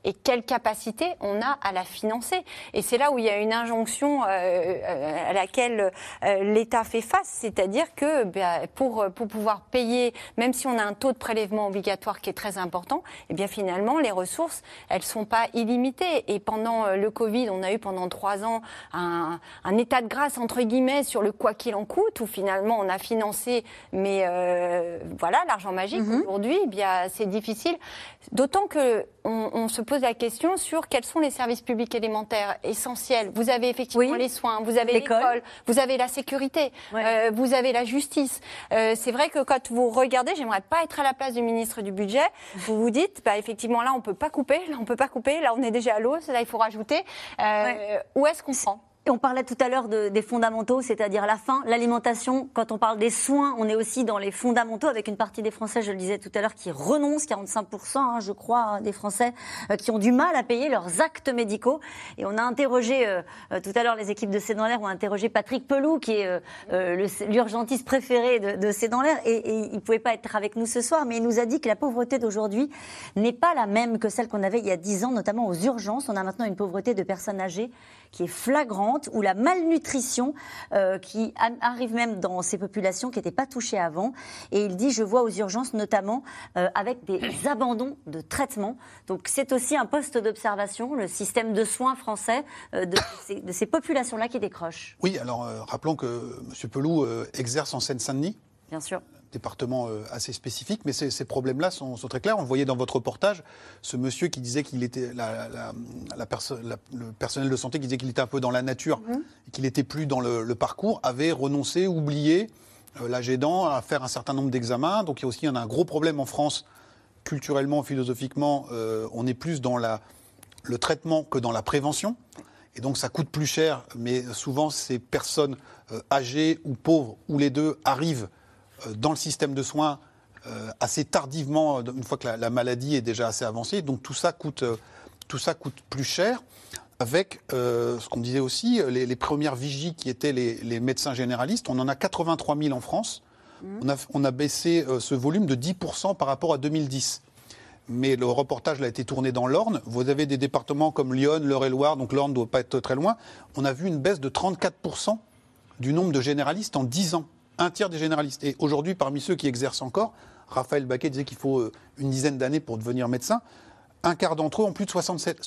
S5: et quelle capacité on a à la financer. Et c'est là où il y a une injonction à laquelle l'État fait face, c'est-à-dire que pour pouvoir payer, même si on a un taux de prélèvement obligatoire qui est très important, eh bien finalement les ressources, elles sont pas illimitées. Et pendant le Covid, on a eu pendant 3 ans un état de grâce entre guillemets sur le quoi qu'il en coûte, où finalement on a financé, mais voilà, l'argent magique. Aujourd'hui, eh bien c'est difficile, d'autant que on se pose la question sur quels sont les services publics élémentaires essentiels. Vous avez effectivement les soins, vous avez l'école, vous avez la sécurité, vous avez la justice. C'est vrai que quand vous regardez, j'aimerais pas être à la place du ministre du Budget, vous vous dites, effectivement là on peut pas couper, là on est déjà à l'os, là il faut rajouter. Où est-ce qu'on prend ?
S1: On parlait tout à l'heure des fondamentaux, c'est-à-dire la faim, l'alimentation. Quand on parle des soins, on est aussi dans les fondamentaux, avec une partie des Français, je le disais tout à l'heure, qui renoncent, 45%, je crois, des Français qui ont du mal à payer leurs actes médicaux. Et on a interrogé, tout à l'heure, les équipes de C'est dans l'air ont interrogé Patrick Pelloux, qui est l'urgentiste préféré de C'est dans l'air, et il ne pouvait pas être avec nous ce soir, mais il nous a dit que la pauvreté d'aujourd'hui n'est pas la même que celle qu'on avait il y a 10 ans, notamment aux urgences. On a maintenant une pauvreté de personnes âgées qui est flagrante, ou la malnutrition qui arrive même dans ces populations qui n'étaient pas touchées avant. Et il dit, je vois aux urgences notamment avec des abandons de traitement. Donc c'est aussi un poste d'observation, le système de soins français de ces populations-là qui décrochent.
S2: Oui, alors rappelons que M. Pelloux exerce en Seine-Saint-Denis.
S1: Bien sûr.
S2: Département assez spécifique, mais ces problèmes-là sont très clairs. On le voyait dans votre reportage, ce monsieur qui disait qu'il était le personnel de santé qui disait qu'il était un peu dans la nature, et qu'il n'était plus dans le parcours, avait renoncé, oublié l'âge aidant à faire un certain nombre d'examens. Donc il y a un gros problème en France, culturellement, philosophiquement, on est plus dans le traitement que dans la prévention. Et donc ça coûte plus cher, mais souvent ces personnes âgées ou pauvres, ou les deux, arrivent dans le système de soins assez tardivement, une fois que la maladie est déjà assez avancée. Donc tout ça coûte plus cher, avec ce qu'on disait aussi, les premières vigies qui étaient les médecins généralistes. On en a 83 000 en France. On a baissé ce volume de 10% par rapport à 2010. Mais le reportage a été tourné dans l'Orne. Vous avez des départements comme Lyon, l'Eure-et-Loire, donc l'Orne ne doit pas être très loin. On a vu une baisse de 34% du nombre de généralistes en 10 ans. Un tiers des généralistes. Et aujourd'hui, parmi ceux qui exercent encore, Raphaël Baquet disait qu'il faut une dizaine d'années pour devenir médecin. Un quart d'entre eux ont plus de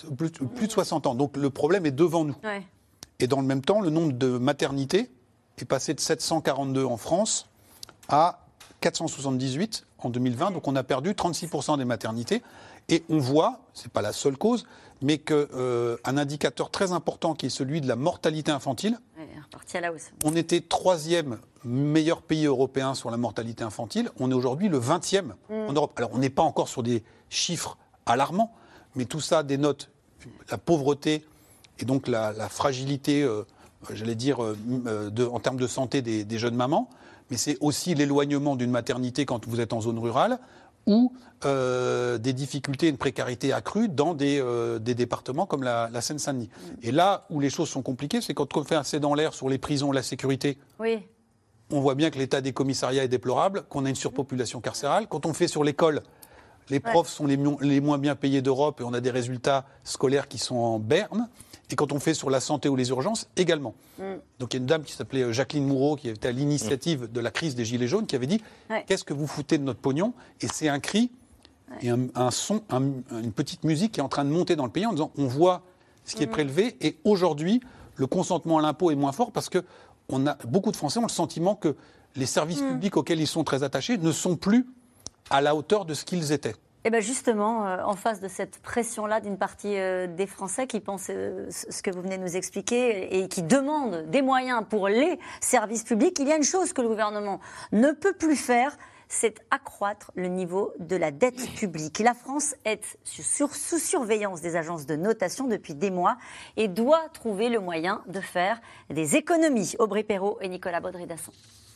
S2: 60 ans. Donc le problème est devant nous. Ouais. Et dans le même temps, le nombre de maternités est passé de 742 en France à 478 en 2020. Donc on a perdu 36% des maternités. Et on voit, ce n'est pas la seule cause, mais qu'un indicateur très important qui est celui de la mortalité infantile.
S1: Reparti à la hausse.
S2: On était 3e meilleur pays européen sur la mortalité infantile. On est aujourd'hui le 20e en Europe. Alors on n'est pas encore sur des chiffres alarmants, mais tout ça dénote la pauvreté et donc la fragilité, j'allais dire, en termes de santé des jeunes mamans. Mais c'est aussi l'éloignement d'une maternité quand vous êtes en zone rurale, ou des difficultés, une précarité accrue dans des départements comme la Seine-Saint-Denis. Et là où les choses sont compliquées, c'est quand on fait un C'est dans l'air sur les prisons, la sécurité.
S1: Oui.
S2: On voit bien que l'état des commissariats est déplorable, qu'on a une surpopulation carcérale. Quand on fait sur l'école, les profs sont les moins bien payés d'Europe et on a des résultats scolaires qui sont en berne. Et quand on fait sur la santé ou les urgences, également. Donc il y a une dame qui s'appelait Jacqueline Moureau, qui était à l'initiative de la crise des Gilets jaunes, qui avait dit « Qu'est-ce que vous foutez de notre pognon ?» Et c'est un cri et un son, une petite musique qui est en train de monter dans le pays en disant « On voit ce qui est prélevé et aujourd'hui, le consentement à l'impôt est moins fort parce que beaucoup de Français ont le sentiment que les services publics auxquels ils sont très attachés ne sont plus à la hauteur de ce qu'ils étaient. »
S1: Et bien justement, en face de cette pression-là d'une partie des Français qui pensent ce que vous venez de nous expliquer et qui demandent des moyens pour les services publics, il y a une chose que le gouvernement ne peut plus faire, c'est accroître le niveau de la dette publique. La France est sous surveillance des agences de notation depuis des mois et doit trouver le moyen de faire des économies. Aubry Perrault et Nicolas Baudry-Dasson.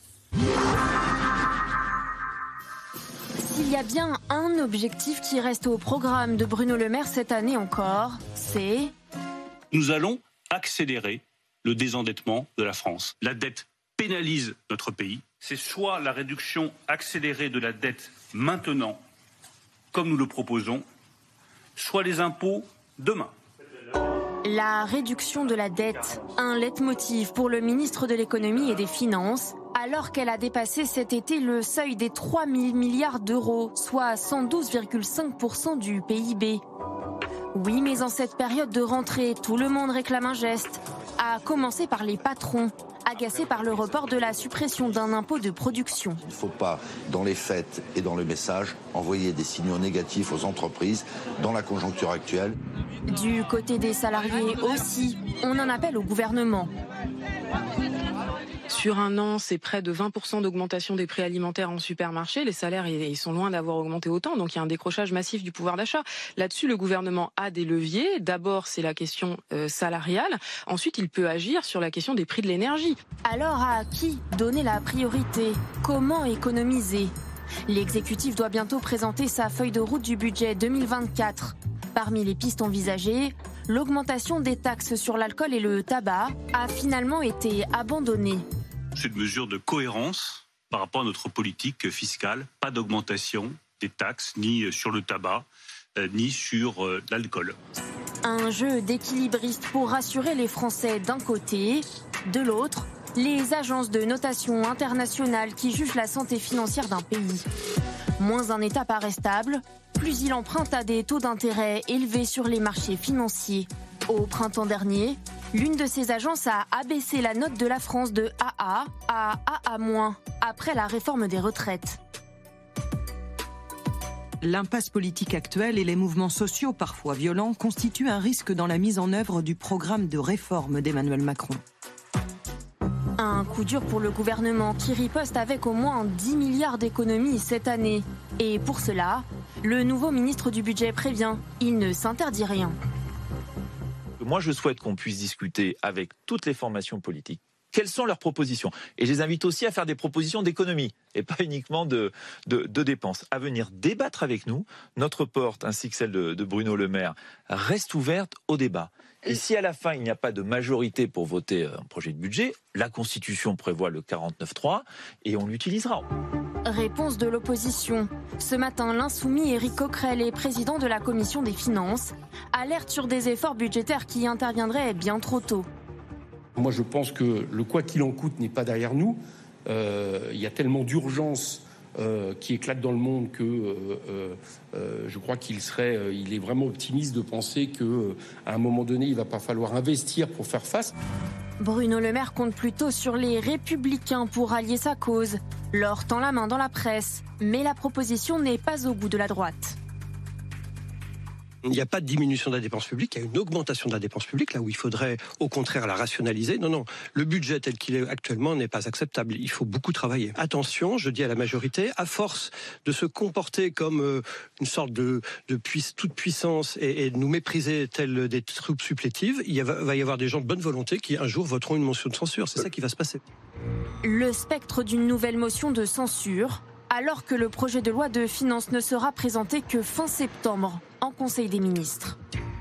S18: S'il y a bien un objectif qui reste au programme de Bruno Le Maire cette année encore, c'est...
S19: Nous allons accélérer le désendettement de la France. La dette pénalise notre pays. C'est soit la réduction accélérée de la dette maintenant, comme nous le proposons, soit les impôts demain.
S18: La réduction de la dette, un leitmotiv pour le ministre de l'économie et des finances, alors qu'elle a dépassé cet été le seuil des 3 000 milliards d'euros, soit 112,5% du PIB. Oui, mais en cette période de rentrée, tout le monde réclame un geste, à commencer par les patrons, agacés par le report de la suppression d'un impôt de production.
S20: Il ne faut pas, dans les faits et dans le message, envoyer des signaux négatifs aux entreprises dans la conjoncture actuelle.
S18: Du côté des salariés aussi, on en appelle au gouvernement.
S21: Sur un an, c'est près de 20% d'augmentation des prix alimentaires en supermarché. Les salaires, ils sont loin d'avoir augmenté autant, donc il y a un décrochage massif du pouvoir d'achat. Là-dessus, le gouvernement a des leviers. D'abord, c'est la question salariale. Ensuite, il peut agir sur la question des prix de l'énergie.
S18: Alors, à qui donner la priorité? Comment économiser? L'exécutif doit bientôt présenter sa feuille de route du budget 2024. Parmi les pistes envisagées, l'augmentation des taxes sur l'alcool et le tabac a finalement été abandonnée.
S19: C'est une mesure de cohérence par rapport à notre politique fiscale. Pas d'augmentation des taxes, ni sur le tabac, ni sur l'alcool.
S18: Un jeu d'équilibriste pour rassurer les Français d'un côté, de l'autre, les agences de notation internationales qui jugent la santé financière d'un pays. Moins un État paraît stable, plus il emprunte à des taux d'intérêt élevés sur les marchés financiers. Au printemps dernier, l'une de ces agences a abaissé la note de la France de AA à AA-, après la réforme des retraites.
S22: L'impasse politique actuelle et les mouvements sociaux parfois violents constituent un risque dans la mise en œuvre du programme de réforme d'Emmanuel Macron.
S18: Un coup dur pour le gouvernement qui riposte avec au moins 10 milliards d'économies cette année. Et pour cela, le nouveau ministre du Budget prévient, il ne s'interdit rien.
S23: Moi, je souhaite qu'on puisse discuter avec toutes les formations politiques. Quelles sont leurs propositions? Et je les invite aussi à faire des propositions d'économie et pas uniquement de dépenses. À venir débattre avec nous. Notre porte, ainsi que celle de Bruno Le Maire, reste ouverte au débat. Et si à la fin, il n'y a pas de majorité pour voter un projet de budget, la Constitution prévoit le 49.3 et on l'utilisera.
S18: Réponse de l'opposition. Ce matin, l'insoumis Éric Coquerel, président de la Commission des Finances, alerte sur des efforts budgétaires qui interviendraient bien trop tôt.
S24: Moi, je pense que le quoi qu'il en coûte n'est pas derrière nous. Il y a tellement d'urgences qui éclatent dans le monde que je crois qu'il est vraiment optimiste de penser qu'à un moment donné, il ne va pas falloir investir pour faire face.
S18: Bruno Le Maire compte plutôt sur les Républicains pour allier sa cause. Leur tend la main dans la presse, mais la proposition n'est pas au goût de la droite.
S25: Il n'y a pas de diminution de la dépense publique, il y a une augmentation de la dépense publique, là où il faudrait au contraire la rationaliser. Non, le budget tel qu'il est actuellement n'est pas acceptable, il faut beaucoup travailler. Attention, je dis à la majorité, à force de se comporter comme une sorte de toute puissance et de nous mépriser tels des troupes supplétives, va y avoir des gens de bonne volonté qui un jour voteront une motion de censure, c'est ça qui va se passer.
S18: Le spectre d'une nouvelle motion de censure, alors que le projet de loi de finances ne sera présenté que fin septembre en Conseil des ministres.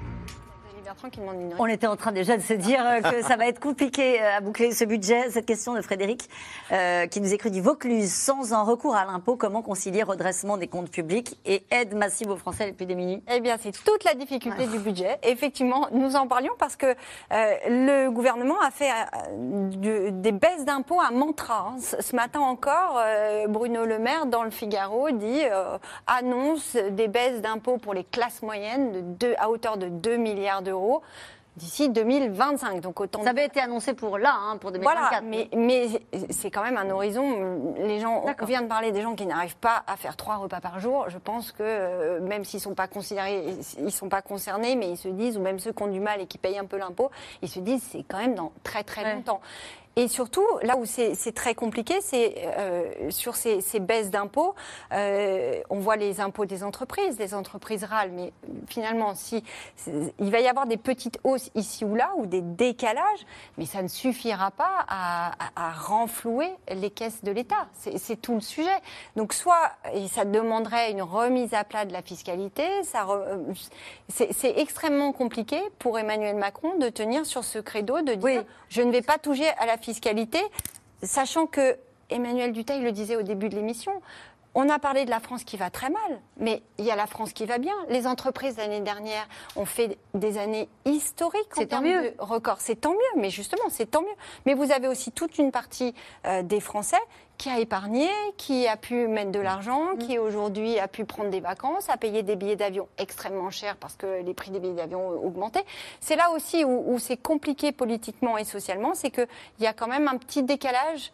S1: On était en train déjà de se dire que ça va être compliqué à boucler ce budget. Cette question de Frédéric, qui nous écrit du Vaucluse. Sans un recours à l'impôt, comment concilier redressement des comptes publics et aide massive aux Français les plus démunis?
S5: Eh bien, c'est toute la difficulté du budget. Effectivement, nous en parlions parce que le gouvernement a fait des baisses d'impôts un mantra. Ce matin encore, Bruno Le Maire, dans le Figaro, annonce des baisses d'impôts pour les classes moyennes à hauteur de 2 milliards d'euros d'ici 2025. Donc autant...
S1: Ça avait été annoncé pour 2024.
S5: Voilà, mais c'est quand même un horizon. Les gens, on vient de parler des gens qui n'arrivent pas à faire 3 repas par jour. Je pense que même s'ils ne sont pas considérés, ils ne sont pas concernés, mais ils se disent, ou même ceux qui ont du mal et qui payent un peu l'impôt, ils se disent c'est quand même dans très très longtemps. Et surtout, là où c'est très compliqué, c'est sur ces baisses d'impôts. On voit les impôts des entreprises râlent, mais finalement, il va y avoir des petites hausses ici ou là, ou des décalages, mais ça ne suffira pas à renflouer les caisses de l'État. C'est tout le sujet. Donc et ça demanderait une remise à plat de la fiscalité. C'est extrêmement compliqué pour Emmanuel Macron de tenir sur ce credo, de dire je ne vais pas toucher à la fiscalité, sachant que Emmanuel Dutheil le disait au début de l'émission, On a parlé de la France qui va très mal, mais il y a la France qui va bien. Les entreprises l'année dernière ont fait des années historiques en termes de records. C'est tant mieux, mais justement, c'est tant mieux. Mais vous avez aussi toute une partie des Français qui a épargné, qui a pu mettre de l'argent, qui aujourd'hui a pu prendre des vacances, a payé des billets d'avion extrêmement chers parce que les prix des billets d'avion ont augmenté. C'est là aussi où c'est compliqué politiquement et socialement, c'est qu'il y a quand même un petit décalage.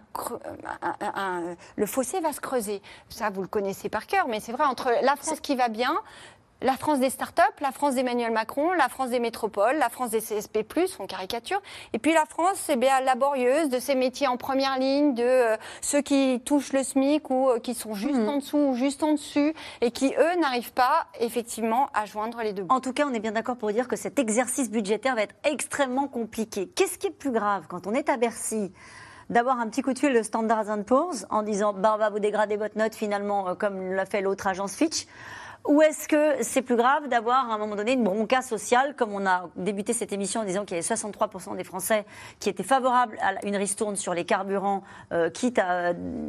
S5: Le fossé va se creuser. Ça, vous le connaissez par cœur, mais c'est vrai, entre la France qui va bien, la France des start-up, la France d'Emmanuel Macron, la France des métropoles, la France des CSP+, on caricature, et puis la France laborieuse de ces métiers en première ligne, de ceux qui touchent le SMIC ou qui sont juste en dessous ou juste en dessus, et qui, eux, n'arrivent pas, effectivement, à joindre les deux bouts.
S1: En tout cas, on est bien d'accord pour dire que cet exercice budgétaire va être extrêmement compliqué. Qu'est-ce qui est plus grave quand on est à Bercy ? D'avoir un petit coup de fil de Standard & Poor's en disant on va vous dégrader votre note finalement comme l'a fait l'autre agence Fitch, ou est-ce que c'est plus grave d'avoir à un moment donné une bronca sociale, comme on a débuté cette émission en disant qu'il y avait 63% des Français qui étaient favorables à une ristourne sur les carburants, quitte à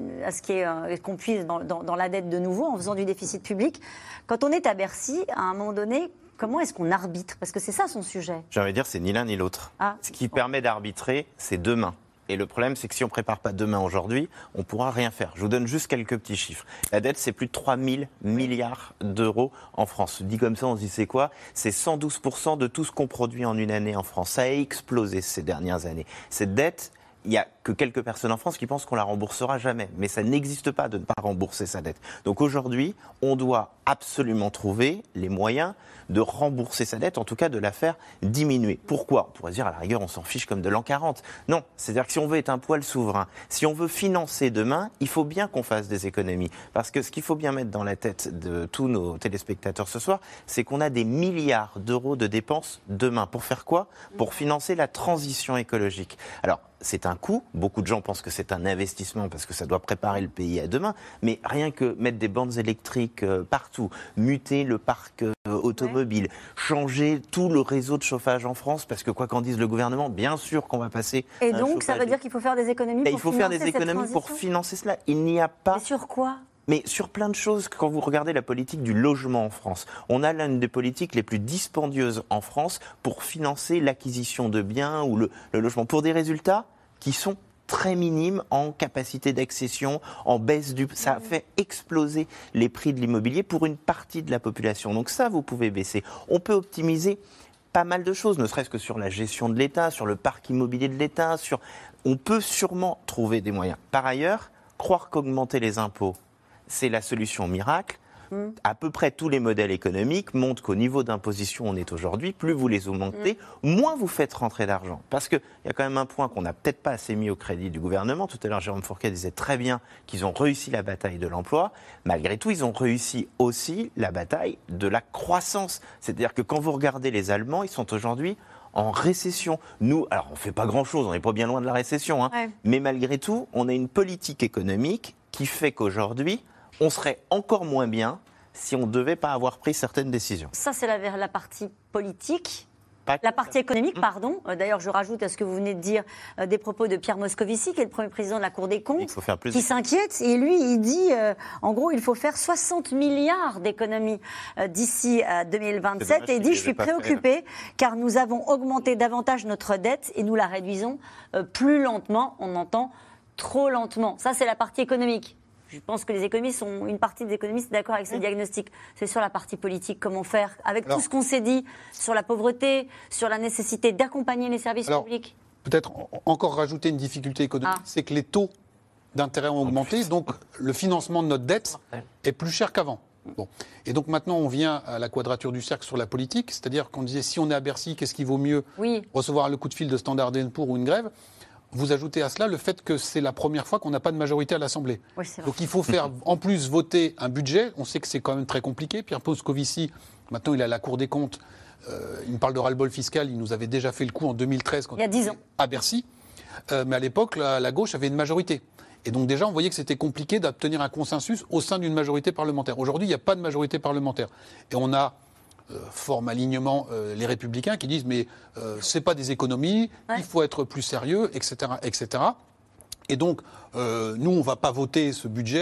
S1: ce qu'on puisse dans la dette de nouveau en faisant du déficit public. Quand on est à Bercy, à un moment donné, comment est-ce qu'on arbitre ? Parce que c'est ça son sujet.
S3: J'ai envie de dire, c'est ni l'un ni l'autre. Ce qui permet d'arbitrer, c'est demain. Et le problème, c'est que si on ne prépare pas demain aujourd'hui, on ne pourra rien faire. Je vous donne juste quelques petits chiffres. La dette, c'est plus de 3 000 milliards d'euros en France. Dit comme ça, on se dit c'est quoi ? C'est 112% de tout ce qu'on produit en une année en France. Ça a explosé ces dernières années. Cette dette, il n'y a que quelques personnes en France qui pensent qu'on la remboursera jamais. Mais ça n'existe pas de ne pas rembourser sa dette. Donc aujourd'hui, on doit absolument trouver les moyens de rembourser sa dette, en tout cas de la faire diminuer. Pourquoi ? On pourrait dire à la rigueur on s'en fiche comme de l'an 40. Non, c'est-à-dire que si on veut être un poil souverain, si on veut financer demain, il faut bien qu'on fasse des économies. Parce que ce qu'il faut bien mettre dans la tête de tous nos téléspectateurs ce soir, c'est qu'on a des milliards d'euros de dépenses demain. Pour faire quoi ? Pour financer la transition écologique. Alors, c'est un coût. Beaucoup de gens pensent que c'est un investissement parce que ça doit préparer le pays à demain. Mais rien que mettre des bandes électriques partout, muter le parc automobile, changer tout le réseau de chauffage en France, parce que quoi qu'en dise le gouvernement, bien sûr qu'on va passer.
S1: Et donc, ça veut dire qu'il faut faire des économies pour financer cette transition ?
S3: Il faut faire des économies pour financer cela. Il n'y a pas.
S1: Et sur quoi ?
S3: Mais sur plein de choses, quand vous regardez la politique du logement en France, on a l'une des politiques les plus dispendieuses en France pour financer l'acquisition de biens ou le logement, pour des résultats qui sont très minimes en capacité d'accession, en baisse du... Ça a fait exploser les prix de l'immobilier pour une partie de la population. Donc ça, vous pouvez baisser. On peut optimiser pas mal de choses, ne serait-ce que sur la gestion de l'État, sur le parc immobilier de l'État. On peut sûrement trouver des moyens. Par ailleurs, croire qu'augmenter les impôts, c'est la solution miracle. À peu près tous les modèles économiques montrent qu'au niveau d'imposition on est aujourd'hui, plus vous les augmentez, moins vous faites rentrer d'argent. Parce qu'il y a quand même un point qu'on n'a peut-être pas assez mis au crédit du gouvernement. Tout à l'heure, Jérôme Fourquet disait très bien qu'ils ont réussi la bataille de l'emploi. Malgré tout, ils ont réussi aussi la bataille de la croissance. C'est-à-dire que quand vous regardez les Allemands, ils sont aujourd'hui en récession. Nous, alors on ne fait pas grand-chose, on n'est pas bien loin de la récession. Ouais. Mais malgré tout, on a une politique économique qui fait qu'aujourd'hui, on serait encore moins bien si on ne devait pas avoir pris certaines décisions.
S1: Ça, c'est la partie politique. La partie économique, pardon. D'ailleurs, je rajoute à ce que vous venez de dire des propos de Pierre Moscovici, qui est le premier président de la Cour des comptes, qui s'inquiète. Et lui, il dit, en gros, il faut faire 60 milliards d'économies d'ici à 2027. Et il dit, je suis préoccupé car nous avons augmenté davantage notre dette et nous la réduisons plus lentement. On entend trop lentement. Ça, c'est la partie économique. Je pense que les économistes une partie des économistes est d'accord avec ce diagnostic. C'est sur la partie politique, comment faire, avec tout ce qu'on s'est dit sur la pauvreté, sur la nécessité d'accompagner les services publics.
S2: Peut-être encore rajouter une difficulté économique, c'est que les taux d'intérêt ont augmenté, donc le financement de notre dette est plus cher qu'avant. Bon. Et donc maintenant, on vient à la quadrature du cercle sur la politique, c'est-à-dire qu'on disait si on est à Bercy, qu'est-ce qui vaut mieux ? Recevoir le coup de fil de Standard & Poor's ou une grève ? Vous ajoutez à cela le fait que c'est la première fois qu'on n'a pas de majorité à l'Assemblée. Donc il faut faire en plus voter un budget. On sait que c'est quand même très compliqué. Pierre Moscovici, maintenant il est à la Cour des comptes. Il me parle de ras-le-bol fiscal. Il nous avait déjà fait le coup en 2013 quand
S1: il y a 10 ans.
S2: À Bercy. Mais à l'époque, la gauche avait une majorité. Et donc déjà, on voyait que c'était compliqué d'obtenir un consensus au sein d'une majorité parlementaire. Aujourd'hui, il n'y a pas de majorité parlementaire. Et on a fort malignement les Républicains qui disent mais c'est pas des économies, il faut être plus sérieux, etc., etc. Et donc nous on va pas voter ce budget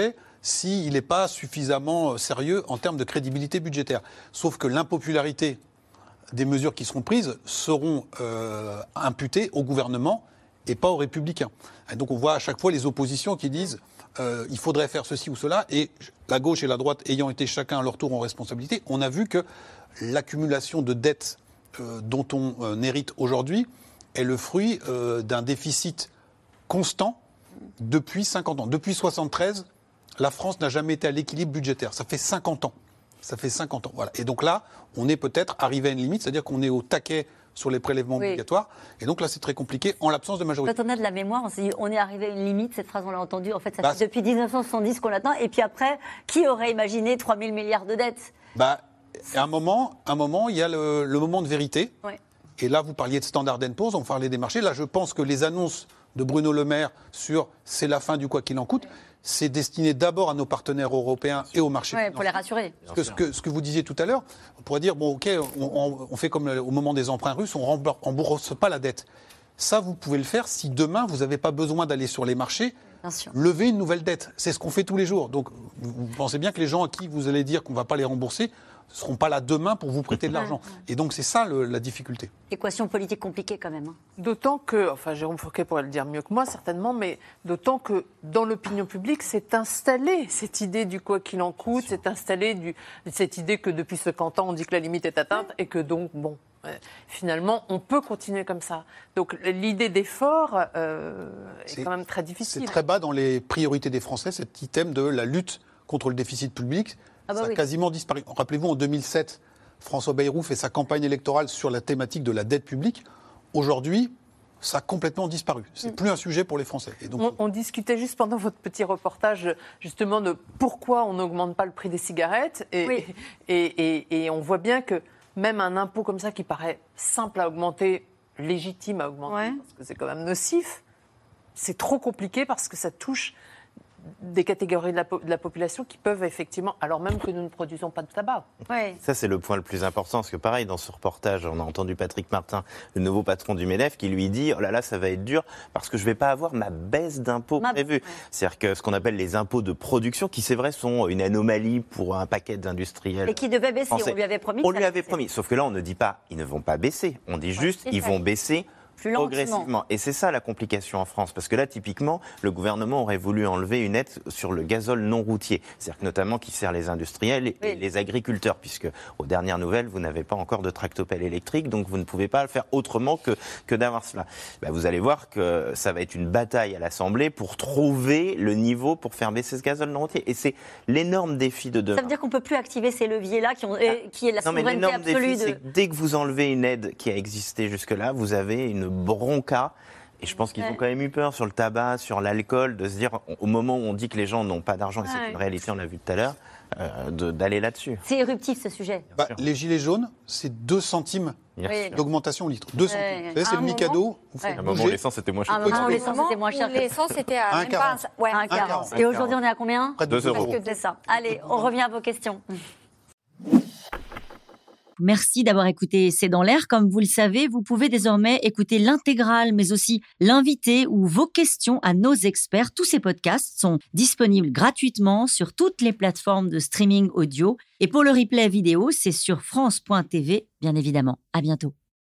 S2: s'il n'est pas suffisamment sérieux en termes de crédibilité budgétaire. Sauf que l'impopularité des mesures qui seront prises seront imputées au gouvernement et pas aux Républicains. Et donc on voit à chaque fois les oppositions qui disent il faudrait faire ceci ou cela, et la gauche et la droite ayant été chacun à leur tour en responsabilité, on a vu que l'accumulation de dettes dont on hérite aujourd'hui est le fruit d'un déficit constant depuis 50 ans. Depuis 1973, la France n'a jamais été à l'équilibre budgétaire. Ça fait 50 ans. Ça fait 50 ans. Voilà. Et donc là, on est peut-être arrivé à une limite, c'est-à-dire qu'on est au taquet sur les prélèvements obligatoires. Et donc là, c'est très compliqué en l'absence de majorité.
S1: Quand on a de la mémoire, on s'est dit on est arrivé à une limite. Cette phrase, on l'a entendue. En fait, ça fait depuis 1970 qu'on l'attend. Et puis après, qui aurait imaginé 3 000 milliards de dettes ?
S2: À un moment, il y a le moment de vérité.
S1: Ouais.
S2: Et là, vous parliez de Standard & Poor's, on parlait des marchés. Là, je pense que les annonces de Bruno Le Maire sur « c'est la fin du quoi qu'il en coûte », c'est destiné d'abord à nos partenaires européens et aux marchés financiers.
S1: Pour les rassurer.
S2: Parce que ce que vous disiez tout à l'heure, on pourrait dire, bon, ok, on fait comme au moment des emprunts russes, on ne rembourse pas la dette. Ça, vous pouvez le faire si demain, vous n'avez pas besoin d'aller sur les marchés, lever une nouvelle dette. C'est ce qu'on fait tous les jours. Donc, vous pensez bien que les gens à qui vous allez dire qu'on ne va pas les rembourser ne seront pas là demain pour vous prêter de l'argent. Et donc, c'est ça la difficulté.
S1: Équation politique compliquée quand même.
S4: D'autant que, Jérôme Fourquet pourrait le dire mieux que moi certainement, mais d'autant que dans l'opinion publique, c'est installé cette idée du quoi qu'il en coûte, c'est installé cette idée que depuis 50 ans, on dit que la limite est atteinte et que donc, finalement, on peut continuer comme ça. Donc l'idée d'effort est quand même très difficile.
S2: C'est très bas dans les priorités des Français, cet item de la lutte contre le déficit public. Ça a quasiment disparu. Rappelez-vous, en 2007, François Bayrou fait sa campagne électorale sur la thématique de la dette publique. Aujourd'hui, ça a complètement disparu. C'est plus un sujet pour les Français. Et donc,
S4: on discutait juste pendant votre petit reportage justement de pourquoi on n'augmente pas le prix des cigarettes. Et on voit bien que même un impôt comme ça qui paraît simple à augmenter, légitime à augmenter, parce que c'est quand même nocif, c'est trop compliqué parce que ça touche des catégories de la population qui peuvent effectivement, alors même que nous ne produisons pas de tabac.
S3: Ça, c'est le point le plus important, parce que pareil, dans ce reportage, on a entendu Patrick Martin, le nouveau patron du MEDEF, qui lui dit « Oh là là, ça va être dur, parce que je ne vais pas avoir ma baisse d'impôts prévue. » C'est-à-dire que ce qu'on appelle les impôts de production, qui c'est vrai sont une anomalie pour un paquet d'industriels.
S1: Et qui devaient baisser,
S3: français.
S1: on lui avait promis.
S3: On lui avait promis, sauf que là, on ne dit pas « Ils ne vont pas baisser », on dit juste « Ils vont baisser ». Progressivement. Et c'est ça la complication en France. Parce que là, typiquement, le gouvernement aurait voulu enlever une aide sur le gazole non routier. C'est-à-dire que notamment qui sert les industriels et les agriculteurs. Puisque, aux dernières nouvelles, vous n'avez pas encore de tractopelle électrique. Donc, vous ne pouvez pas le faire autrement que d'avoir cela. Vous allez voir que ça va être une bataille à l'Assemblée pour trouver le niveau pour faire baisser ce gazole non routier. Et c'est l'énorme défi de demain.
S1: Ça veut dire qu'on ne peut plus activer ces leviers-là qui est la souveraineté absolue.
S3: Défi, c'est que dès que vous enlevez une aide qui a existé jusque-là, vous avez une bronca. Et je pense qu'ils ont quand même eu peur sur le tabac, sur l'alcool, de se dire, au moment où on dit que les gens n'ont pas d'argent, et c'est une réalité, on l'a vu tout à l'heure, d'aller là-dessus.
S1: C'est éruptif ce sujet.
S2: Les gilets jaunes, c'est 2 centimes d'augmentation au litre. 2 centimes. Vous savez, c'est le Mikado.
S3: À un moment, l'essence était moins cher.
S1: L'essence était moins cher.
S5: L'essence était à
S1: 1,40. Et aujourd'hui, on est à combien ?
S2: Près de 2 euros.
S1: C'est ça. Allez, on revient à vos questions.
S7: Merci d'avoir écouté C'est dans l'air. Comme vous le savez, vous pouvez désormais écouter l'intégrale, mais aussi l'invité ou vos questions à nos experts. Tous ces podcasts sont disponibles gratuitement sur toutes les plateformes de streaming audio. Et pour le replay vidéo, c'est sur France.tv, bien évidemment. À bientôt.